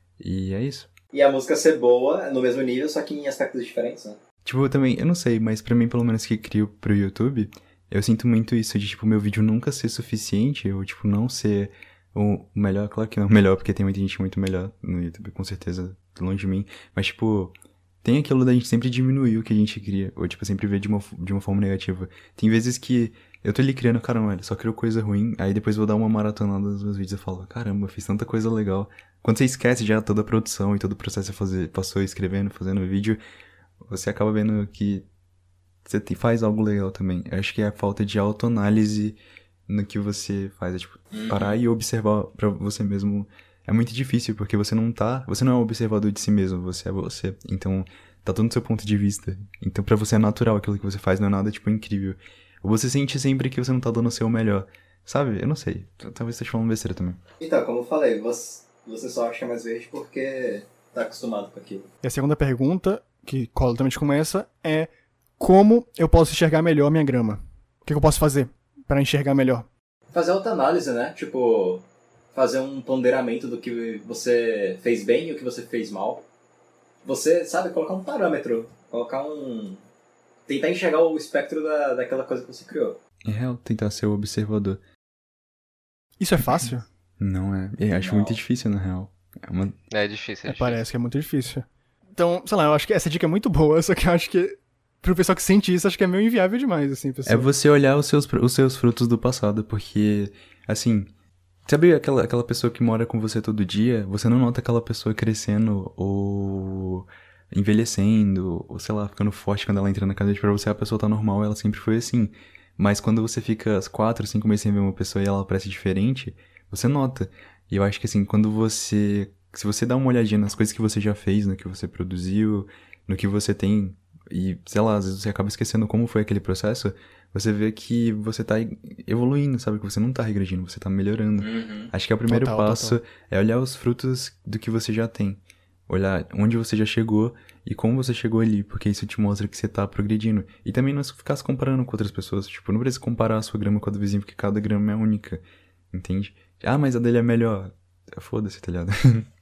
S2: E é isso.
S4: E a música ser boa no mesmo nível, só que em aspectos diferentes, né?
S2: Tipo, eu também, eu não sei, mas pra mim, pelo menos que crio pro YouTube, eu sinto muito isso de, tipo, meu vídeo nunca ser suficiente, ou, tipo, não ser o melhor. Claro que não, melhor, porque tem muita gente muito melhor no YouTube, com certeza, longe de mim. Mas, tipo, tem aquilo da gente sempre diminuir o que a gente cria, ou, tipo, sempre ver de uma, de uma forma negativa. Tem vezes que eu tô ali criando, caramba, olha, só criou coisa ruim, aí depois vou dar uma maratonada nos meus vídeos e falo, caramba, fiz tanta coisa legal. Quando você esquece já toda a produção e todo o processo que você passou escrevendo, fazendo vídeo, você acaba vendo que você te- faz algo legal também. Eu acho que é a falta de autoanálise no que você faz. É, tipo, parar e observar pra você mesmo é muito difícil, porque você não tá... Você não é um observador de si mesmo, você é você. Então, tá tudo no seu ponto de vista. Então, pra você é natural aquilo que você faz, não é nada, tipo, incrível. Ou você sente sempre que você não tá dando o seu melhor. Sabe? Eu não sei. Talvez esteja falando besteira também.
S4: Então, como eu falei, você, você só acha mais verde porque tá acostumado com aquilo.
S1: E a segunda pergunta, que cola totalmente com essa, é como eu posso enxergar melhor a minha grama? O que, que eu posso fazer para enxergar melhor?
S4: Fazer outra análise, né? Tipo, fazer um ponderamento do que você fez bem e o que você fez mal. Você, sabe, colocar um parâmetro, colocar um... tentar enxergar o espectro da, daquela coisa que você criou.
S2: É real tentar ser o observador.
S1: Isso é fácil?
S2: Não é. Eu acho
S4: Não.
S2: muito difícil, na real. É uma...
S3: É difícil, é
S1: É,
S3: difícil.
S1: parece que é muito difícil. Então, sei lá, eu acho que essa dica é muito boa, só que eu acho que pro pessoal que sente isso, acho que é meio inviável demais, assim, pessoal.
S2: É você olhar os seus, os seus frutos do passado, porque, assim, sabe aquela, aquela pessoa que mora com você todo dia? Você não nota aquela pessoa crescendo ou envelhecendo, ou sei lá, ficando forte quando ela entra na casa de pra você, a pessoa tá normal, ela sempre foi assim. Mas quando você fica quatro, cinco meses sem ver uma pessoa e ela parece diferente, você nota. E eu acho que assim, quando você... Se você dá uma olhadinha nas coisas que você já fez, no que você produziu, no que você tem, e, sei lá, às vezes você acaba esquecendo como foi aquele processo, você vê que você tá evoluindo, sabe? Que você não tá regredindo, você tá melhorando.
S4: Uhum.
S2: Acho que é o primeiro
S1: Total,
S2: passo é olhar os frutos do que você já tem. Olhar onde você já chegou e como você chegou ali, porque isso te mostra que você tá progredindo. E também não ficar se comparando com outras pessoas. Tipo, não precisa comparar a sua grama com a do vizinho, porque cada grama é única. Entende? Ah, mas a dele é melhor. Foda-se, tá ligado?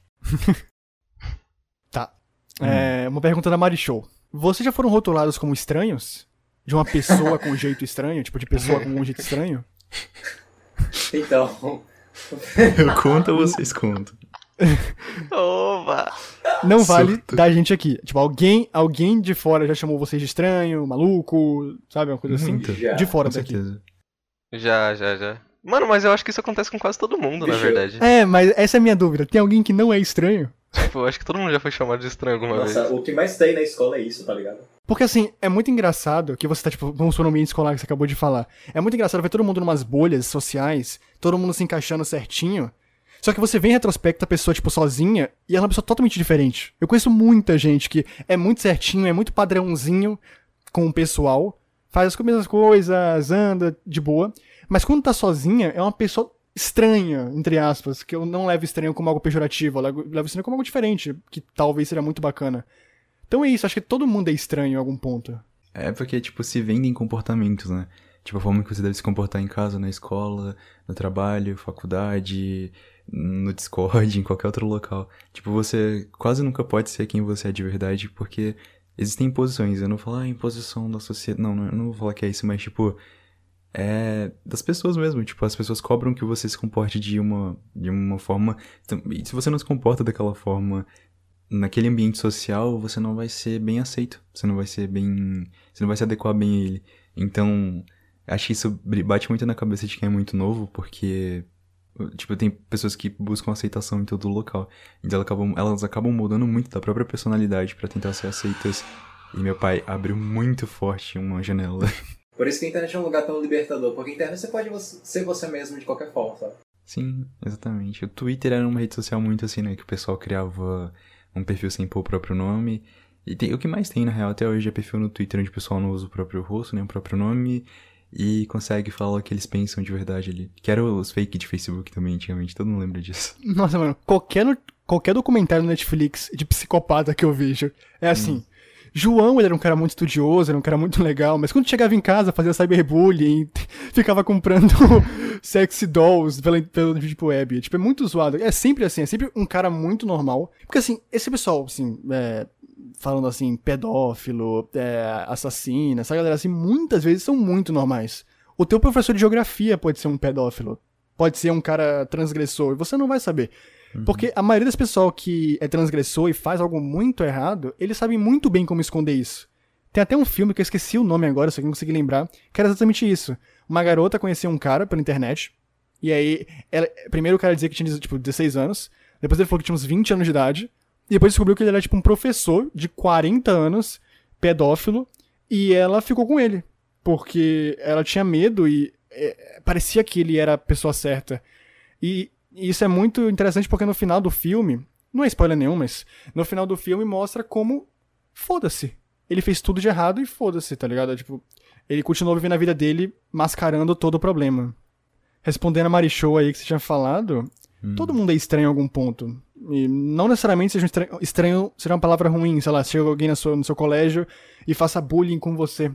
S1: Tá. É, uma pergunta da Mari Show. Vocês já foram rotulados como estranhos? De uma pessoa com um jeito estranho? Tipo, de pessoa com um jeito estranho?
S4: Então,
S2: Eu conto ou vocês contam?
S3: Oba!
S1: Não vale
S2: Surto.
S1: da gente aqui. Tipo, alguém, alguém de fora já chamou vocês de estranho, maluco, sabe? Uma coisa assim.
S2: Muito.
S4: já.
S1: De fora
S2: Com
S1: daqui.
S2: certeza.
S3: Já, já, já. Mano, mas eu acho que isso acontece com quase todo mundo, na
S4: Bicho,
S3: verdade.
S1: É, mas essa é a minha dúvida. Tem alguém que não é estranho?
S3: Tipo, eu acho que todo mundo já foi chamado de estranho alguma
S4: nossa,
S3: vez.
S4: o que mais tem na escola é isso, tá ligado?
S1: Porque assim, é muito engraçado que você tá, tipo, vamos supor no ambiente escolar que você acabou de falar. É muito engraçado ver todo mundo numas bolhas sociais, todo mundo se encaixando certinho. Só que você vê em retrospecto a pessoa, tipo, sozinha, e ela é uma pessoa totalmente diferente. Eu conheço muita gente que é muito certinho, é muito padrãozinho com o pessoal, faz as mesmas coisas, anda de boa, mas quando tá sozinha, é uma pessoa estranha, entre aspas, que eu não levo estranho como algo pejorativo, eu levo, levo estranho como algo diferente, que talvez seja muito bacana. Então é isso, acho que todo mundo é estranho em algum ponto.
S2: É porque, tipo, se vendem comportamentos, né? Tipo, a forma que você deve se comportar em casa, na escola, no trabalho, faculdade, no Discord, em qualquer outro local. Tipo, você quase nunca pode ser quem você é de verdade, porque existem imposições. Eu não vou falar ah, imposição da sociedade. Não, não, eu não vou falar que é isso, mas, tipo, é das pessoas mesmo. Tipo, as pessoas cobram que você se comporte de uma, de uma forma. E se você não se comporta daquela forma naquele ambiente social, você não vai ser bem aceito. Você não vai ser bem. Você não vai se adequar bem a ele. Então, acho que isso bate muito na cabeça de quem é muito novo, porque. Tipo, tem pessoas que buscam aceitação em todo local. Então elas acabam, elas acabam mudando muito da própria personalidade pra tentar ser aceitas. E meu pai abriu muito forte uma janela.
S4: Por isso que a internet é um lugar tão libertador. Porque a internet você pode ser você mesmo de qualquer forma, sabe?
S2: Sim, exatamente. O Twitter era uma rede social muito assim, né? Que o pessoal criava um perfil sem pôr o próprio nome. E tem, o que mais tem, na real, até hoje é perfil no Twitter onde o pessoal não usa o próprio rosto, nem o próprio nome. E consegue falar o que eles pensam de verdade ali. Que eram os fake de Facebook também, antigamente. Todo mundo lembra disso.
S1: Nossa, mano. Qualquer, no- qualquer documentário no Netflix de psicopata que eu vejo é assim.
S2: Hum.
S1: João, ele era um cara muito estudioso, era um cara muito legal, mas quando chegava em casa, fazia cyberbullying, ficava comprando sexy dolls pela, pela Deep Web. Tipo, é muito zoado. É sempre assim, é sempre um cara muito normal. Porque assim, esse pessoal, assim, é, falando assim, pedófilo, é, assassino, essa galera assim, muitas vezes são muito normais. O teu professor de geografia pode ser um pedófilo, pode ser um cara transgressor, e você não vai saber. Porque a maioria das pessoas que é transgressor e faz algo muito errado, eles sabem muito bem como esconder isso. Tem até um filme que eu esqueci o nome agora, só que não consegui lembrar, que era exatamente isso. Uma garota conhecia um cara pela internet, e aí, ela, primeiro o cara dizia que tinha, tipo, dezesseis anos, depois ele falou que tinha uns vinte anos de idade, e depois descobriu que ele era, tipo, um professor de quarenta anos, pedófilo, e ela ficou com ele, porque ela tinha medo e é, parecia que ele era a pessoa certa. E E isso é muito interessante porque no final do filme, não é spoiler nenhum, mas no final do filme mostra como foda-se. Ele fez tudo de errado e foda-se, tá ligado? Tipo, ele continuou vivendo a vida dele mascarando todo o problema. Respondendo a Marichou aí que você tinha falado, hum. todo mundo é estranho em algum ponto. E não necessariamente seja um estranho, estranho seja uma palavra ruim, sei lá, chega alguém no seu, no seu colégio e faça bullying com você.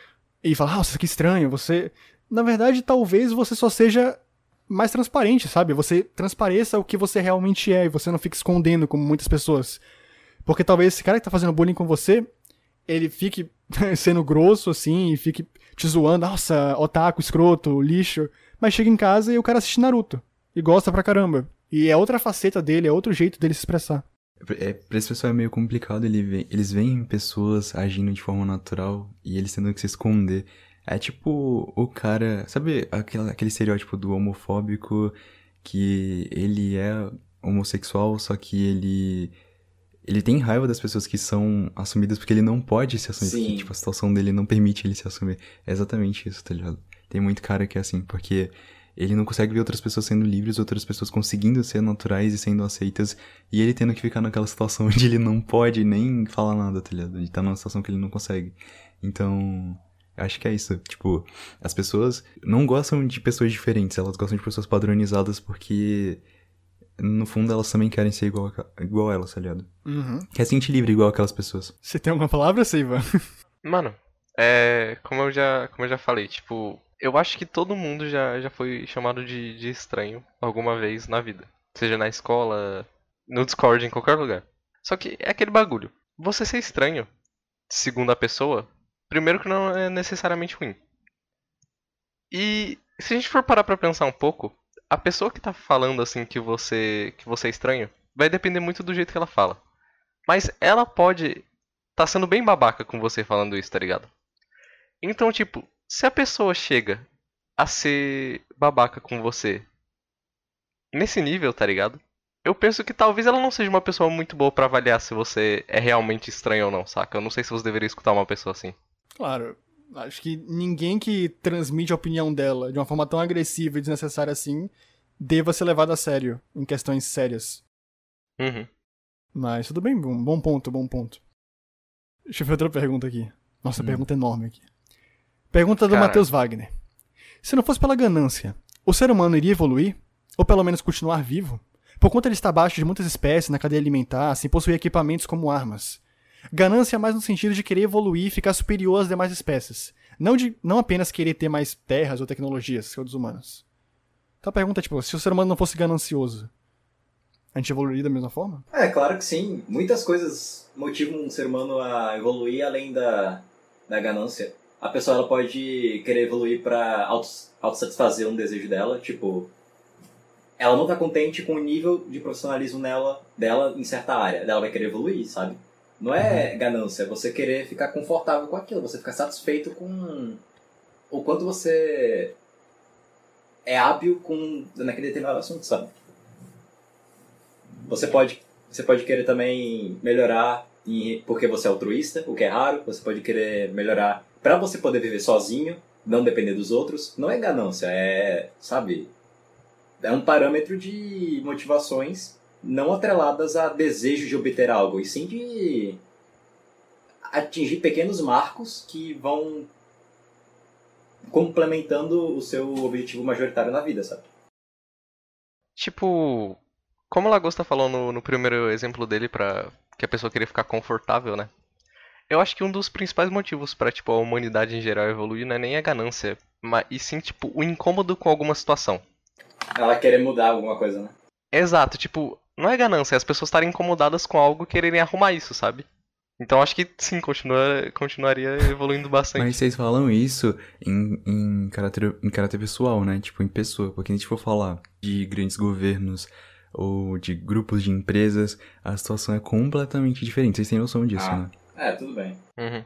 S1: E fala, ah, que estranho, você... Na verdade, talvez você só seja mais transparente, sabe? Você transpareça o que você realmente é e você não fique escondendo como muitas pessoas. Porque talvez esse cara que tá fazendo bullying com você, ele fique sendo grosso, assim, e fique te zoando, nossa, otaku, escroto, lixo, mas chega em casa e o cara assiste Naruto e gosta pra caramba. E é outra faceta dele, é outro jeito dele se expressar.
S2: É, pra esse pessoal é meio complicado, ele vê, eles veem pessoas agindo de forma natural e eles tendo que se esconder. É tipo o cara, sabe aquele, aquele estereótipo do homofóbico que ele é homossexual, só que ele ele tem raiva das pessoas que são assumidas porque ele não pode se assumir, porque, tipo, a situação dele não permite ele se assumir. É exatamente isso, tá ligado? Tem muito cara que é assim, porque ele não consegue ver outras pessoas sendo livres, outras pessoas conseguindo ser naturais e sendo aceitas, e ele tendo que ficar naquela situação onde ele não pode nem falar nada, tá ligado? Ele tá numa situação que ele não consegue. Então... acho que é isso, tipo, as pessoas não gostam de pessoas diferentes, elas gostam de pessoas padronizadas porque, no fundo, elas também querem ser igual a, igual a elas, tá ligado?
S1: Uhum.
S2: Quer se sentir livre igual aquelas pessoas.
S1: Você tem alguma palavra, Seiva?
S3: Mano, é, como eu já, como eu já falei, tipo, eu acho que todo mundo já, já foi chamado de, de estranho alguma vez na vida. Seja na escola, no Discord, em qualquer lugar. Só que é aquele bagulho, você ser estranho, segundo a pessoa... primeiro que não é necessariamente ruim. E se a gente for parar pra pensar um pouco, a pessoa que tá falando assim que você que você é estranho, vai depender muito do jeito que ela fala. Mas ela pode tá sendo bem babaca com você falando isso, tá ligado? Então, tipo, se a pessoa chega a ser babaca com você nesse nível, tá ligado? Eu penso que talvez ela não seja uma pessoa muito boa pra avaliar se você é realmente estranho ou não, saca? Eu não sei se você deveria escutar uma pessoa assim.
S1: Claro, acho que ninguém que transmite a opinião dela de uma forma tão agressiva e desnecessária assim deva ser levado a sério em questões sérias.
S3: Uhum.
S1: Mas tudo bem, bom, bom ponto, bom ponto. Deixa eu ver outra pergunta aqui. Nossa,
S2: Hum.
S1: pergunta enorme aqui. Pergunta do
S3: Cara.
S1: Matheus Wagner. Se não fosse pela ganância, o ser humano iria evoluir? Ou pelo menos continuar vivo? Por conta ele estar abaixo de muitas espécies na cadeia alimentar, sem possuir equipamentos como armas. Ganância mais no sentido de querer evoluir e ficar superior às demais espécies. Não, de, não apenas querer ter mais terras ou tecnologias que os humanos. Então a pergunta é, tipo, se o ser humano não fosse ganancioso, a gente evoluiria da mesma forma?
S4: É, claro que sim. Muitas coisas motivam um ser humano a evoluir além da, da ganância. A pessoa ela pode querer evoluir pra autos- autossatisfazer um desejo dela, tipo... Ela não tá contente com o nível de profissionalismo nela, dela em certa área. Ela vai querer evoluir, sabe? Não é ganância, é você querer ficar confortável com aquilo, você ficar satisfeito com o quanto você é hábil com naquele determinado assunto, sabe? Você pode, você pode querer também melhorar em, porque você é altruísta, o que é raro. Você pode querer melhorar pra você poder viver sozinho, não depender dos outros. Não é ganância, é, sabe... É um parâmetro de motivações não atreladas a desejo de obter algo, e sim de atingir pequenos marcos que vão complementando o seu objetivo majoritário na vida, sabe?
S3: Tipo, como o Lagosta falou no, no primeiro exemplo dele, pra que a pessoa queria ficar confortável, né? Eu acho que um dos principais motivos pra, tipo, a humanidade em geral evoluir não é nem a ganância, mas, e sim, tipo, o incômodo com alguma situação.
S4: Ela querer mudar alguma coisa, né?
S3: Exato, tipo, não é ganância, é as pessoas estarem incomodadas com algo e quererem arrumar isso, sabe? Então acho que sim, continua, continuaria evoluindo bastante.
S2: Mas vocês falam isso em, em, caráter, em caráter pessoal, né? Tipo, em pessoa. Porque a gente for falar de grandes governos ou de grupos de empresas, a situação é completamente diferente. Vocês têm noção disso,
S4: Ah.
S2: né?
S4: É, tudo bem.
S3: Uhum.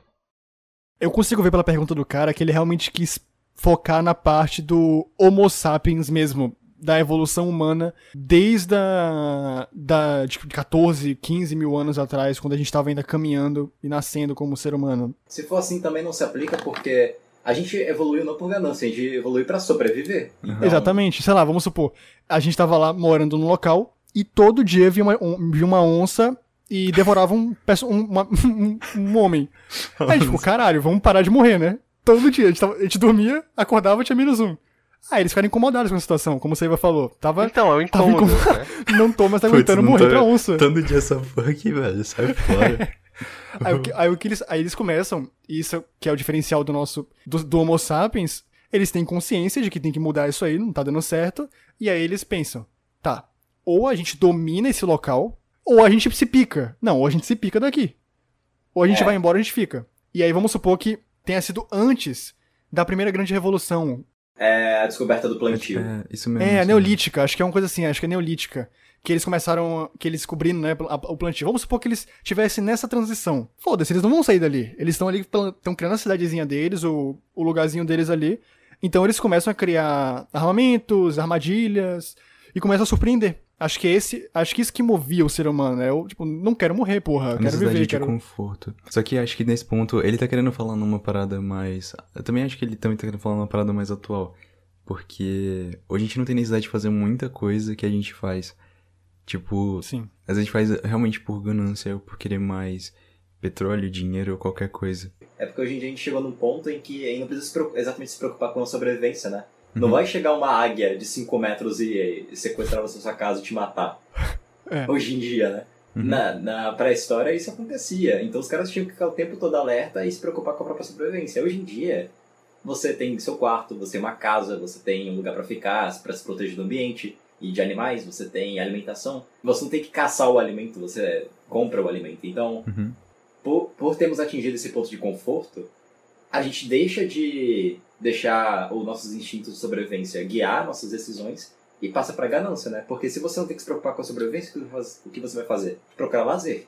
S1: Eu consigo ver pela pergunta do cara que ele realmente quis focar na parte do Homo sapiens mesmo, da evolução humana, desde a, da, de catorze, quinze mil anos atrás, quando a gente estava ainda caminhando e nascendo como ser humano.
S4: Se for assim também não se aplica porque a gente evoluiu não por ganância, a gente evoluiu pra sobreviver. Então,
S1: Exatamente, sei lá, vamos supor, a gente tava lá morando num local e todo dia via uma, um, via uma onça e devorava um, perso- um, uma- um, um homem. Aí a gente ficou, caralho, vamos parar de morrer, né? Todo dia, a gente, tava- a gente dormia, acordava, tinha menos um. Aí eles ficaram incomodados com a situação, como o Seiva falou. Tava,
S3: Então, é o
S1: tava
S3: incômodo,
S1: incom-
S3: né?
S1: não tô, mas tá
S2: Putz,
S1: aguentando
S2: não
S1: morrer
S2: tô
S1: pra onça.
S2: Todo dia essa porra aqui, velho. Sai fora.
S1: Aí, o que- aí, o que eles, aí eles começam, e isso que é o diferencial do nosso, do, do Homo sapiens, eles têm consciência de que tem que mudar isso aí, não tá dando certo, e aí eles pensam, tá, ou a gente domina esse local, ou a gente se pica. Não, ou a gente se pica daqui. Ou a gente
S4: É.
S1: vai embora, a gente fica. E aí vamos supor que tenha sido antes da primeira grande revolução.
S4: é a descoberta do plantio.
S2: É, isso mesmo.
S1: É, a
S2: isso
S1: neolítica, acho que é uma coisa assim, acho que é neolítica. Que eles começaram, que eles descobriram, né, a- o plantio. Vamos supor que eles tivessem nessa transição. Foda-se, eles não vão sair dali. Eles estão ali, estão criando a cidadezinha deles, o, o lugarzinho deles ali. Então eles começam a criar armamentos, armadilhas, e começam a surpreender. Acho que esse, acho que isso que movia o ser humano, né? Eu, tipo, não quero morrer, porra,
S2: A
S1: quero
S2: necessidade
S1: viver,
S2: de
S1: quero...
S2: conforto. Só que acho que nesse ponto, ele tá querendo falar numa parada mais... Eu também acho que ele também tá querendo falar numa parada mais atual. Porque hoje a gente não tem necessidade de fazer muita coisa que a gente faz. Tipo,
S1: Sim.
S2: às vezes a gente faz realmente por ganância ou por querer mais petróleo, dinheiro ou qualquer coisa.
S4: É porque hoje em dia a gente chegou num ponto em que aí não precisa se preocup- exatamente se preocupar com a sobrevivência, né? Não
S2: Uhum.
S4: vai chegar uma águia de cinco metros e, e sequestrar você na sua casa e te matar.
S1: É.
S4: Hoje em dia, né?
S2: Uhum.
S4: Na, na pré-história isso acontecia. Então os caras tinham que ficar o tempo todo alerta e se preocupar com a própria sobrevivência. Hoje em dia, você tem seu quarto, você tem uma casa, você tem um lugar pra ficar, pra se proteger do ambiente e de animais, você tem alimentação. Você não tem que caçar o alimento, você compra o alimento. Então,
S2: Uhum.
S4: por, por termos atingido esse ponto de conforto, a gente deixa de deixar os nossos instintos de sobrevivência guiar nossas decisões e passa pra ganância, né? Porque se você não tem que se preocupar com a sobrevivência, o que faz- o que você vai fazer? Procurar lazer.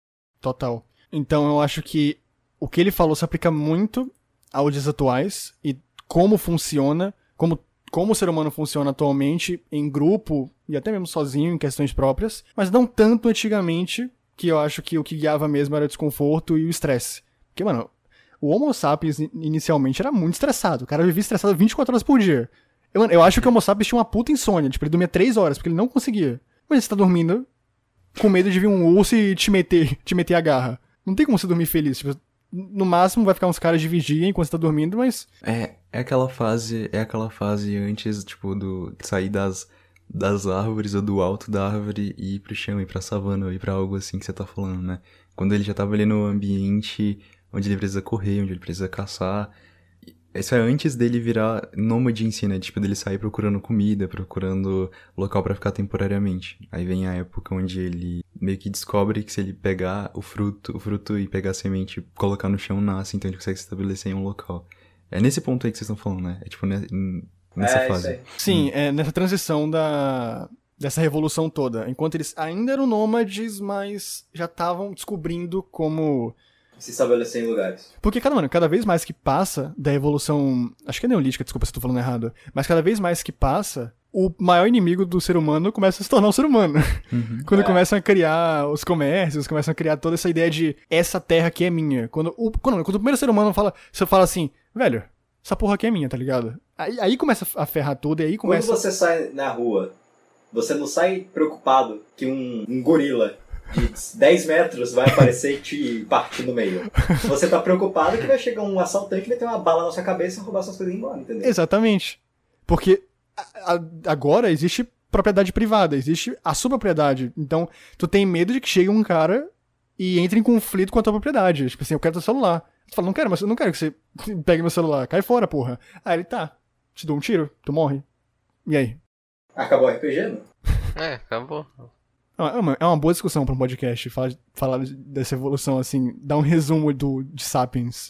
S1: Total. Então eu acho que o que ele falou se aplica muito aos dias atuais e como funciona, como, como o ser humano funciona atualmente em grupo e até mesmo sozinho em questões próprias, mas não tanto antigamente, que eu acho que o que guiava mesmo era o desconforto e o estresse. Porque, mano, o Homo sapiens in- inicialmente era muito estressado. O cara vivia estressado vinte e quatro horas por dia. Eu, mano, eu acho que o Homo sapiens tinha uma puta insônia. Tipo, ele dormia três horas, porque ele não conseguia. Mas você tá dormindo com medo de vir um urso e te meter, te meter a garra. Não tem como você dormir feliz. Tipo, no máximo vai ficar uns caras de vigia enquanto você tá dormindo, mas...
S2: É, é aquela fase, é aquela fase antes, tipo, do sair das, das árvores ou do alto da árvore e ir pro chão, ir pra savana ou ir pra algo assim que você tá falando, né? Quando ele já tava ali no ambiente onde ele precisa correr, onde ele precisa caçar. Isso é antes dele virar nômade em si, né? Tipo, dele sair procurando comida, procurando local pra ficar temporariamente. Aí vem a época onde ele meio que descobre que se ele pegar o fruto, o fruto e pegar a semente e colocar no chão, nasce, então ele consegue se estabelecer em um local. É nesse ponto aí que vocês estão falando, né? É tipo ne- nessa
S4: É,
S2: fase.
S4: isso aí.
S1: Sim, é nessa transição da... dessa revolução toda. Enquanto eles ainda eram nômades, mas já estavam descobrindo como...
S4: Se estabelecer em lugares.
S1: Porque, cada, mano, cada vez mais que passa da revolução... Acho que é neolítica, desculpa se eu tô falando errado. Mas cada vez mais que passa, o maior inimigo do ser humano começa a se tornar um ser humano.
S2: Uhum.
S1: Quando
S4: É.
S1: começam a criar os comércios, começam a criar toda essa ideia de essa terra aqui é minha. Quando o, quando, quando o primeiro ser humano fala... Você fala assim, velho, essa porra aqui é minha, tá ligado? Aí, aí começa a ferrar tudo e aí começa...
S4: Quando você sai na rua, você não sai preocupado que um, um gorila de dez metros vai aparecer e te partir no meio. Você tá preocupado que vai chegar um assaltante, vai ter uma bala na sua cabeça e roubar suas coisas e ir embora, entendeu?
S1: Exatamente. Porque a- a- agora existe propriedade privada, existe a sua propriedade. Então, tu tem medo de que chegue um cara e entre em conflito com a tua propriedade. Tipo assim, eu quero teu celular. Tu fala, não quero, mas eu não quero que você pegue meu celular. Cai fora, porra. Aí ele, tá, te dou um tiro, tu morre. E aí?
S4: Acabou o R P G, não?
S3: É, acabou.
S1: É uma, é uma boa discussão pra um podcast, falar, falar dessa evolução, assim, dar um resumo do, de Sapiens.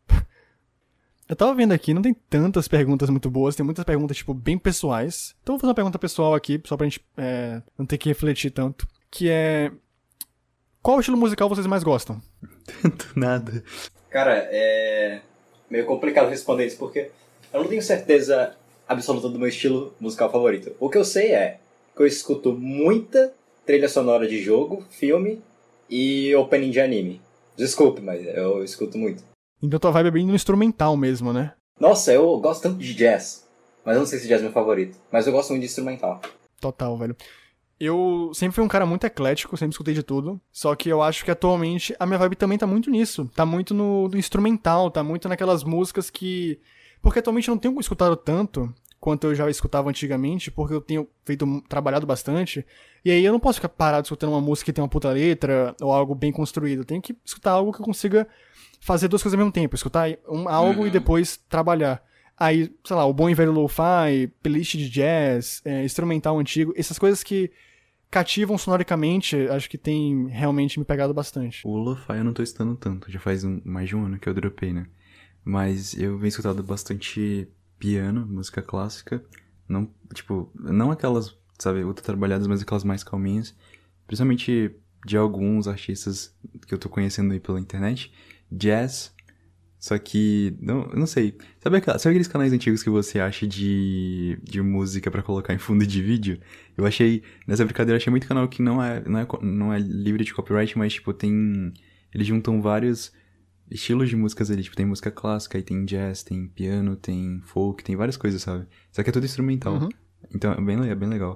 S1: Eu tava vendo aqui, não tem tantas perguntas muito boas, tem muitas perguntas, tipo, bem pessoais. Então eu vou fazer uma pergunta pessoal aqui, só pra gente é, não ter que refletir tanto. Que é... Qual estilo musical vocês mais gostam?
S2: Tanto nada.
S4: Cara, é meio complicado responder isso, porque eu não tenho certeza absoluta do meu estilo musical favorito. O que eu sei é que eu escuto muita trilha sonora de jogo, filme e opening de anime. Desculpe, mas eu escuto muito.
S1: Então tua vibe é bem no instrumental mesmo, né?
S4: Nossa, eu gosto tanto de jazz, mas eu não sei se jazz é meu favorito. Mas eu gosto muito de instrumental.
S1: Total, velho. Eu sempre fui um cara muito eclético, sempre escutei de tudo. Só que eu acho que atualmente a minha vibe também tá muito nisso. Tá muito no, no instrumental, tá muito naquelas músicas que... Porque atualmente eu não tenho escutado tanto quanto eu já escutava antigamente, porque eu tenho feito, trabalhado bastante. E aí eu não posso ficar parado escutando uma música que tem uma puta letra ou algo bem construído. Eu tenho que escutar algo que eu consiga fazer duas coisas ao mesmo tempo. Escutar um, algo
S4: Uhum.
S1: e depois trabalhar. Aí, sei lá, o bom e velho lo-fi, playlist de jazz, é, instrumental antigo, essas coisas que cativam sonoricamente, acho que tem realmente me pegado bastante.
S2: O lo-fi eu não tô escutando tanto, já faz um- mais de um ano que eu dropei, né? Mas eu venho escutando bastante piano, música clássica. Não, tipo, não aquelas, sabe, ultra trabalhadas, mas aquelas mais calminhas. Principalmente de alguns artistas que eu tô conhecendo aí pela internet. Jazz. Só que, não, eu não sei. Sabe, aquela, sabe aqueles canais antigos que você acha de, de música pra colocar em fundo de vídeo? Eu achei, nessa brincadeira, eu achei muito canal que não é, não é, co- não é livre de copyright, mas, tipo, tem... Eles juntam vários estilos de músicas ali. Tipo, tem música clássica, aí tem jazz, tem piano, tem folk, tem várias coisas, sabe? Só que é tudo instrumental.
S1: Uhum.
S2: Então, é bem, le- é bem legal.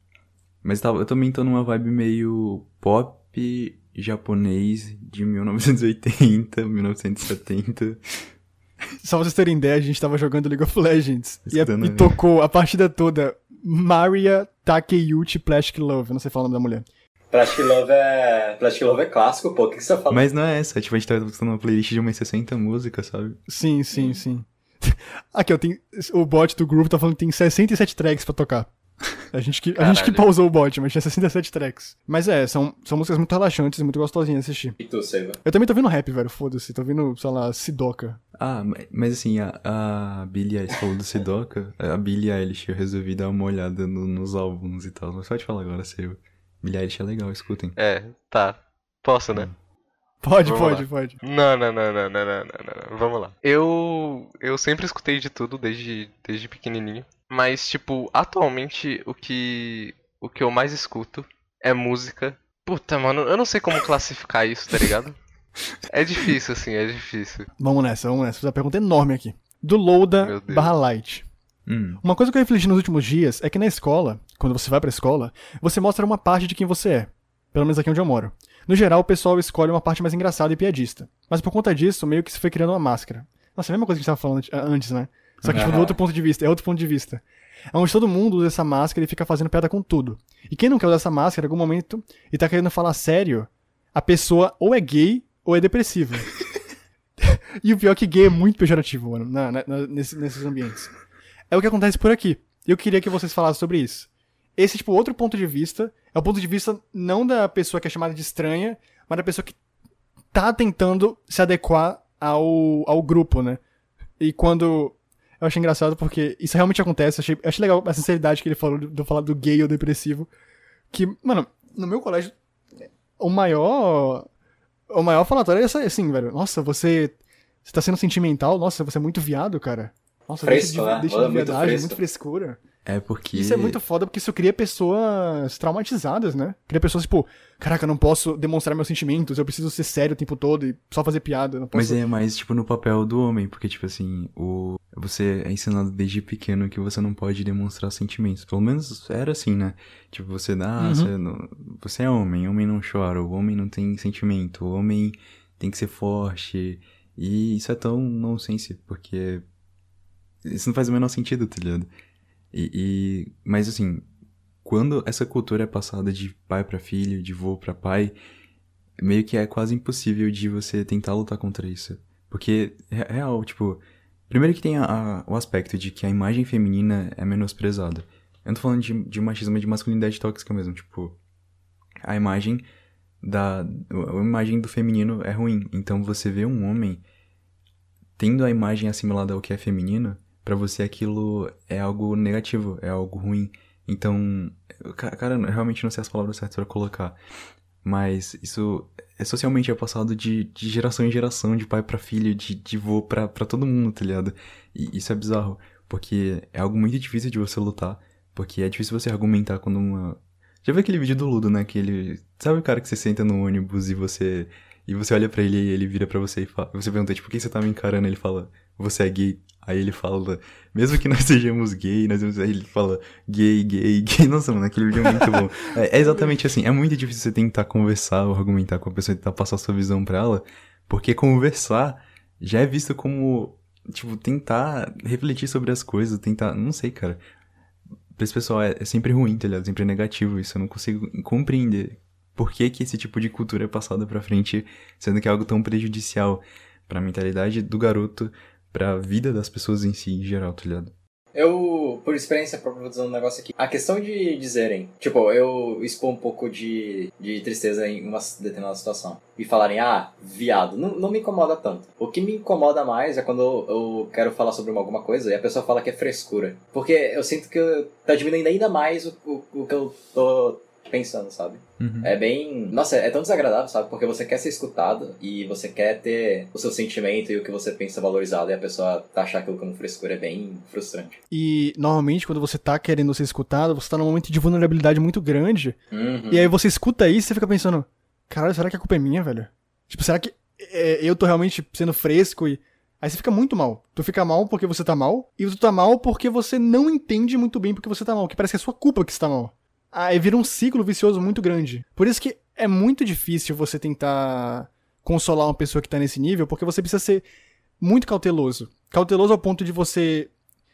S2: Mas tá, eu também tô numa vibe meio pop japonês de mil novecentos e oitenta, mil novecentos e setenta.
S1: Só pra vocês terem ideia, a gente tava jogando League of Legends e, a-
S2: Escutando,
S1: e
S2: né?
S1: tocou a partida toda Maria Takeuchi Plastic Love, eu não sei falar o nome da mulher.
S4: Plastic Love é, Plastic Love é clássico, pô. O que que você fala?
S2: Mas não é essa, tipo, a gente tá escutando uma playlist de umas sessenta músicas, sabe?
S1: Sim, sim, sim. Aqui, ó, tem, o bot do grupo tá falando que tem sessenta e sete tracks pra tocar. A gente que, a gente que
S3: Caralho.
S1: pausou o bot, mas tinha sessenta e sete tracks. Mas é, são, são músicas muito relaxantes e muito gostosinhas de assistir.
S4: E tu, Seiva?
S1: Eu também tô ouvindo rap, velho, foda-se. Tô ouvindo, sei lá, Sidoca.
S2: Ah, ma- mas assim, a, a Billie Eilish falou do Sidoca, a Billie Eilish, eu resolvi dar uma olhada no- nos álbuns e tal, mas pode falar agora, seu. Billie Eilish é legal, escutem.
S3: É, tá. Posso, né?
S1: Pode,
S3: Vamos
S1: pode,
S3: lá.
S1: pode.
S3: Não, não, não, não, não, não, não, não. Vamos lá. Eu eu sempre escutei de tudo desde desde pequenininho, mas tipo, atualmente o que o que eu mais escuto é música. Puta, mano, eu não sei como classificar isso, tá ligado? É difícil assim, é difícil.
S1: Vamos nessa, vamos nessa. Vou fazer uma pergunta enorme aqui. Do Loda
S3: Meu Deus.
S1: barra Light.
S2: Hum.
S1: Uma coisa que eu refleti nos últimos dias é que na escola, quando você vai pra escola, você mostra uma parte de quem você é. Pelo menos aqui onde eu moro. No geral, o pessoal escolhe uma parte mais engraçada e piadista. Mas por conta disso, meio que se foi criando uma máscara. Nossa, é a mesma coisa que a gente tava falando antes, né? Só que tipo, do outro ponto de vista, é outro ponto de vista. É onde todo mundo usa essa máscara e fica fazendo piada com tudo. E quem não quer usar essa máscara em algum momento e tá querendo falar sério, a pessoa ou é gay ou é depressiva. E o pior é que gay é muito pejorativo, mano, na, na, nesse, nesses ambientes. É o que acontece por aqui. Eu queria que vocês falassem sobre isso. Esse, tipo, outro ponto de vista é o ponto de vista não da pessoa que é chamada de estranha, mas da pessoa que tá tentando se adequar ao, ao grupo, né? E quando... Eu achei engraçado porque isso realmente acontece. Eu achei, eu achei legal a sinceridade que ele falou de eu falar do gay ou depressivo. Que, mano, no meu colégio, o maior... O maior falatório é assim, velho. Nossa, você... Você tá sendo sentimental? Nossa, você é muito viado, cara. Nossa,
S4: Fresco,
S1: deixa de,
S4: né?
S1: deixa
S4: Olha,
S1: de
S4: muito
S1: viadagem,
S4: fresco.
S1: muito frescura.
S2: É porque...
S1: Isso é muito foda porque isso cria pessoas traumatizadas, né? Cria pessoas, tipo, caraca, eu não posso demonstrar meus sentimentos, eu preciso ser sério o tempo todo e só fazer piada. Eu não posso...
S2: Mas é mais, tipo, no papel do homem, porque, tipo assim, o... você é ensinado desde pequeno que você não pode demonstrar sentimentos. Pelo menos era assim, né? Tipo, você dá,
S1: Uhum.
S2: você, não... você é homem, homem não chora, o homem não tem sentimento, o homem tem que ser forte. E isso é tão nonsense, porque isso não faz o menor sentido, tá ligado? E, e... Mas, assim, quando essa cultura é passada de pai pra filho, de vô pra pai, meio que é quase impossível de você tentar lutar contra isso. Porque, é real, tipo... Primeiro que tem a, a, o aspecto de que a imagem feminina é menosprezada. Eu não tô falando de, de machismo, mas de masculinidade tóxica mesmo. Tipo, a imagem da... A imagem do feminino é ruim. Então, você vê um homem tendo a imagem assimilada ao que é feminino, pra você aquilo é algo negativo, é algo ruim. Então, cara, eu realmente não sei as palavras certas pra colocar. Mas isso é socialmente é passado de, de geração em geração, de pai pra filho, de, de vô pra, pra todo mundo, tá ligado? E isso é bizarro, porque é algo muito difícil de você lutar, porque é difícil você argumentar quando uma... Já viu aquele vídeo do Ludo, né? Que ele... Sabe o cara que você senta no ônibus e você... E você olha pra ele e ele vira pra você e fala... Você pergunta, tipo, por que você tá me encarando? Ele fala, você é gay. Aí ele fala, mesmo que nós sejamos gay, nós vamos... Aí ele fala, gay, gay, gay. Nossa, mano, aquele vídeo é muito bom. É, é exatamente assim, é muito difícil você tentar conversar ou argumentar com a pessoa e tentar passar a sua visão pra ela, porque conversar já é visto como, tipo, tentar refletir sobre as coisas, tentar... Não sei, cara. Pra esse pessoal é, é sempre ruim, tá ligado? Sempre é negativo isso, eu não consigo compreender por que que esse tipo de cultura é passada pra frente, sendo que é algo tão prejudicial pra mentalidade do garoto, pra vida das pessoas em si, em geral, tá ligado?
S4: Eu, por experiência própria, vou dizer um negócio aqui. A questão de dizerem, tipo, eu expor um pouco de, de tristeza em uma determinada situação e falarem, ah, viado, não, não me incomoda tanto. O que me incomoda mais é quando eu, eu quero falar sobre uma, alguma coisa e a pessoa fala que é frescura. Porque eu sinto que eu, tá diminuindo ainda mais o, o, o que eu tô pensando, sabe?
S2: Uhum.
S4: É bem... Nossa, é tão desagradável, sabe? Porque você quer ser escutado e você quer ter o seu sentimento e o que você pensa valorizado e a pessoa tá achar aquilo como frescura é bem frustrante.
S1: E, normalmente, quando você tá querendo ser escutado, você tá num momento de vulnerabilidade muito grande.
S4: Uhum.
S1: E aí você escuta isso e você fica pensando, caralho, será que a culpa é minha, velho? Tipo, será que é, eu tô realmente sendo fresco e... Aí você fica muito mal. Tu fica mal porque você tá mal, e tu tá mal porque você não entende muito bem porque você tá mal, que parece que é sua culpa que você tá mal. Aí vira um ciclo vicioso muito grande. Por isso que é muito difícil você tentar consolar uma pessoa que tá nesse nível, porque você precisa ser muito cauteloso. Cauteloso ao ponto de você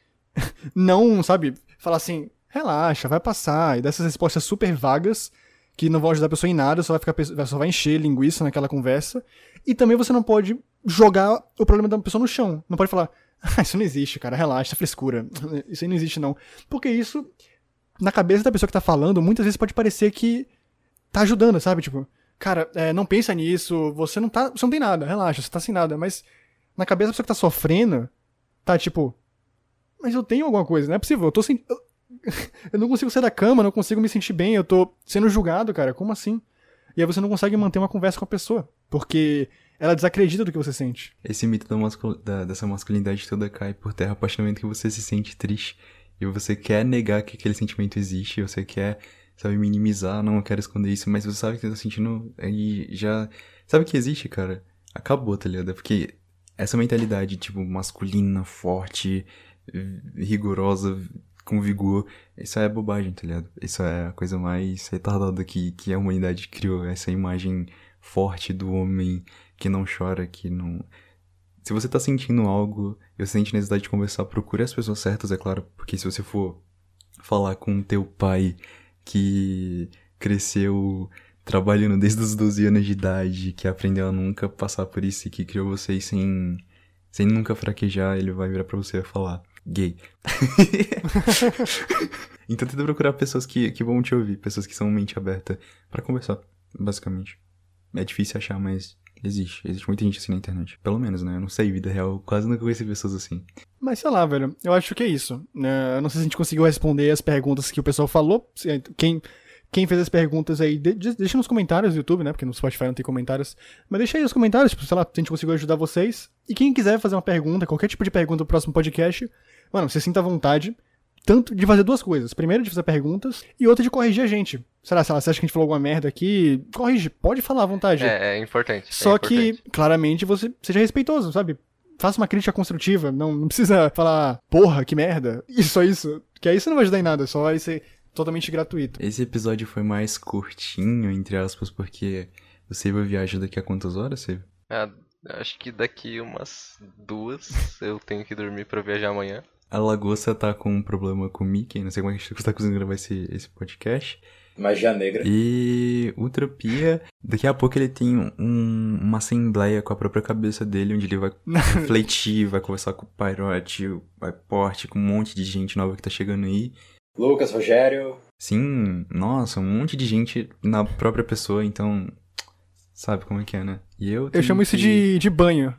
S1: não, sabe, falar assim, relaxa, vai passar, e dessas respostas super vagas, que não vão ajudar a pessoa em nada, só vai, ficar, só vai encher linguiça naquela conversa. E também você não pode jogar o problema da pessoa no chão. Não pode falar, ah, isso não existe, cara, relaxa, frescura. Isso aí não existe, não. Porque isso... Na cabeça da pessoa que tá falando, muitas vezes pode parecer que tá ajudando, sabe? Tipo, cara, é, não pensa nisso, você não tá. Você não tem nada, relaxa, você tá sem nada. Mas na cabeça da pessoa que tá sofrendo, tá tipo. Mas eu tenho alguma coisa, não é possível, eu tô sem. Eu, eu não consigo sair da cama, não consigo me sentir bem, eu tô sendo julgado, cara, como assim? E aí você não consegue manter uma conversa com a pessoa, porque ela desacredita do que você sente.
S2: Esse mito da mascul... da, dessa masculinidade toda cai por terra a partir do momento que você se sente triste. E você quer negar que aquele sentimento existe, você quer, sabe, minimizar, não, eu quero esconder isso, mas você sabe que você tá sentindo e já... Sabe que existe, cara? Acabou, tá ligado? Porque essa mentalidade, tipo, masculina, forte, rigorosa, com vigor. Isso é bobagem, tá ligado? Isso é a coisa mais retardada que, que a humanidade criou. Essa imagem forte do homem que não chora, que não... Se você tá sentindo algo e você sente necessidade de conversar, procure as pessoas certas, é claro. Porque se você for falar com teu pai que cresceu trabalhando desde os doze anos de idade, que aprendeu a nunca passar por isso e que criou vocês sem, sem nunca fraquejar, ele vai virar pra você e vai falar: gay. Então tenta procurar pessoas que, que vão te ouvir, pessoas que são mente aberta pra conversar, basicamente. É difícil achar, mas existe. Existe muita gente assim na internet. Pelo menos, né? Eu não sei, vida real, eu quase nunca conheci pessoas assim.
S1: Mas sei lá, velho, eu acho que é isso. É, eu não sei se a gente conseguiu responder as perguntas que o pessoal falou. Quem, quem fez as perguntas aí, de, de, deixa nos comentários do YouTube, né? Porque no Spotify não tem comentários. Mas deixa aí nos comentários, tipo, sei lá, se a gente conseguiu ajudar vocês. E quem quiser fazer uma pergunta, qualquer tipo de pergunta no próximo podcast, mano, você sinta à vontade. Tanto de fazer duas coisas. Primeiro, de fazer perguntas, e outra de corrigir a gente. Será, sei lá, você acha que a gente falou alguma merda aqui? Corrige, pode falar à vontade.
S3: É, é importante.
S1: Só
S3: é importante.
S1: que, claramente, você seja respeitoso, sabe? Faça uma crítica construtiva, não, não precisa falar, porra, que merda, e só isso. Que aí você não vai ajudar em nada, só vai ser totalmente gratuito.
S2: Esse episódio foi mais curtinho, entre aspas, porque o Seiva viaja daqui a quantas horas, Seiva?
S3: Ah, acho que daqui umas duas eu tenho que dormir pra viajar amanhã.
S2: A Lagosta tá com um problema com o Mickey, não sei como é que a gente tá conseguindo gravar esse, esse podcast.
S4: Magia negra.
S2: E Utopia, daqui a pouco ele tem um, uma assembleia com a própria cabeça dele, onde ele vai refletir, vai conversar com o Pyrote, o Pyporte, com um monte de gente nova que tá chegando aí.
S4: Lucas, Rogério.
S2: Sim, nossa, um monte de gente na própria pessoa, então, sabe como é que é, né? E eu
S1: Eu chamo isso
S2: que...
S1: de, de banho.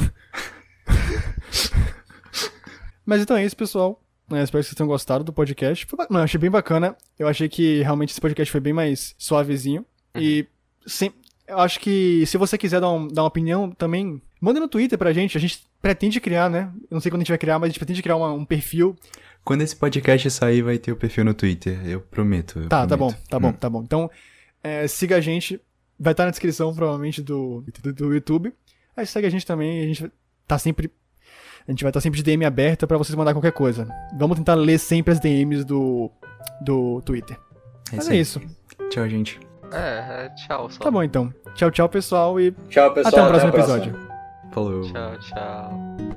S1: Mas então é isso, pessoal. É, espero que vocês tenham gostado do podcast. Foi ba- Mano, eu achei bem bacana. Eu achei que realmente esse podcast foi bem mais suavezinho.
S3: Uhum.
S1: E sem... eu acho que se você quiser dar, um- dar uma opinião também, manda no Twitter pra gente. A gente pretende criar, né? Eu não sei quando a gente vai criar, mas a gente pretende criar uma- um perfil.
S2: Quando esse podcast sair, vai ter o perfil no Twitter, eu prometo. Eu
S1: Tá, tá
S2: prometo.
S1: bom, tá bom,
S2: Hum.
S1: tá bom. Então, é, siga a gente. Vai estar na descrição, provavelmente, do, do, do YouTube. Aí segue a gente também. A gente tá sempre... A gente vai estar sempre de D M aberta pra vocês mandar qualquer coisa. Vamos tentar ler sempre as D Ms do, do Twitter.
S2: É
S1: Mas
S2: isso
S1: é
S2: aí.
S1: isso.
S2: Tchau, gente.
S3: É, é tchau só.
S1: Tá bom, então. Tchau, tchau, pessoal. E
S4: Tchau, pessoal.
S1: até o próximo
S4: a próxima.
S1: episódio.
S2: Falou.
S3: Tchau, tchau.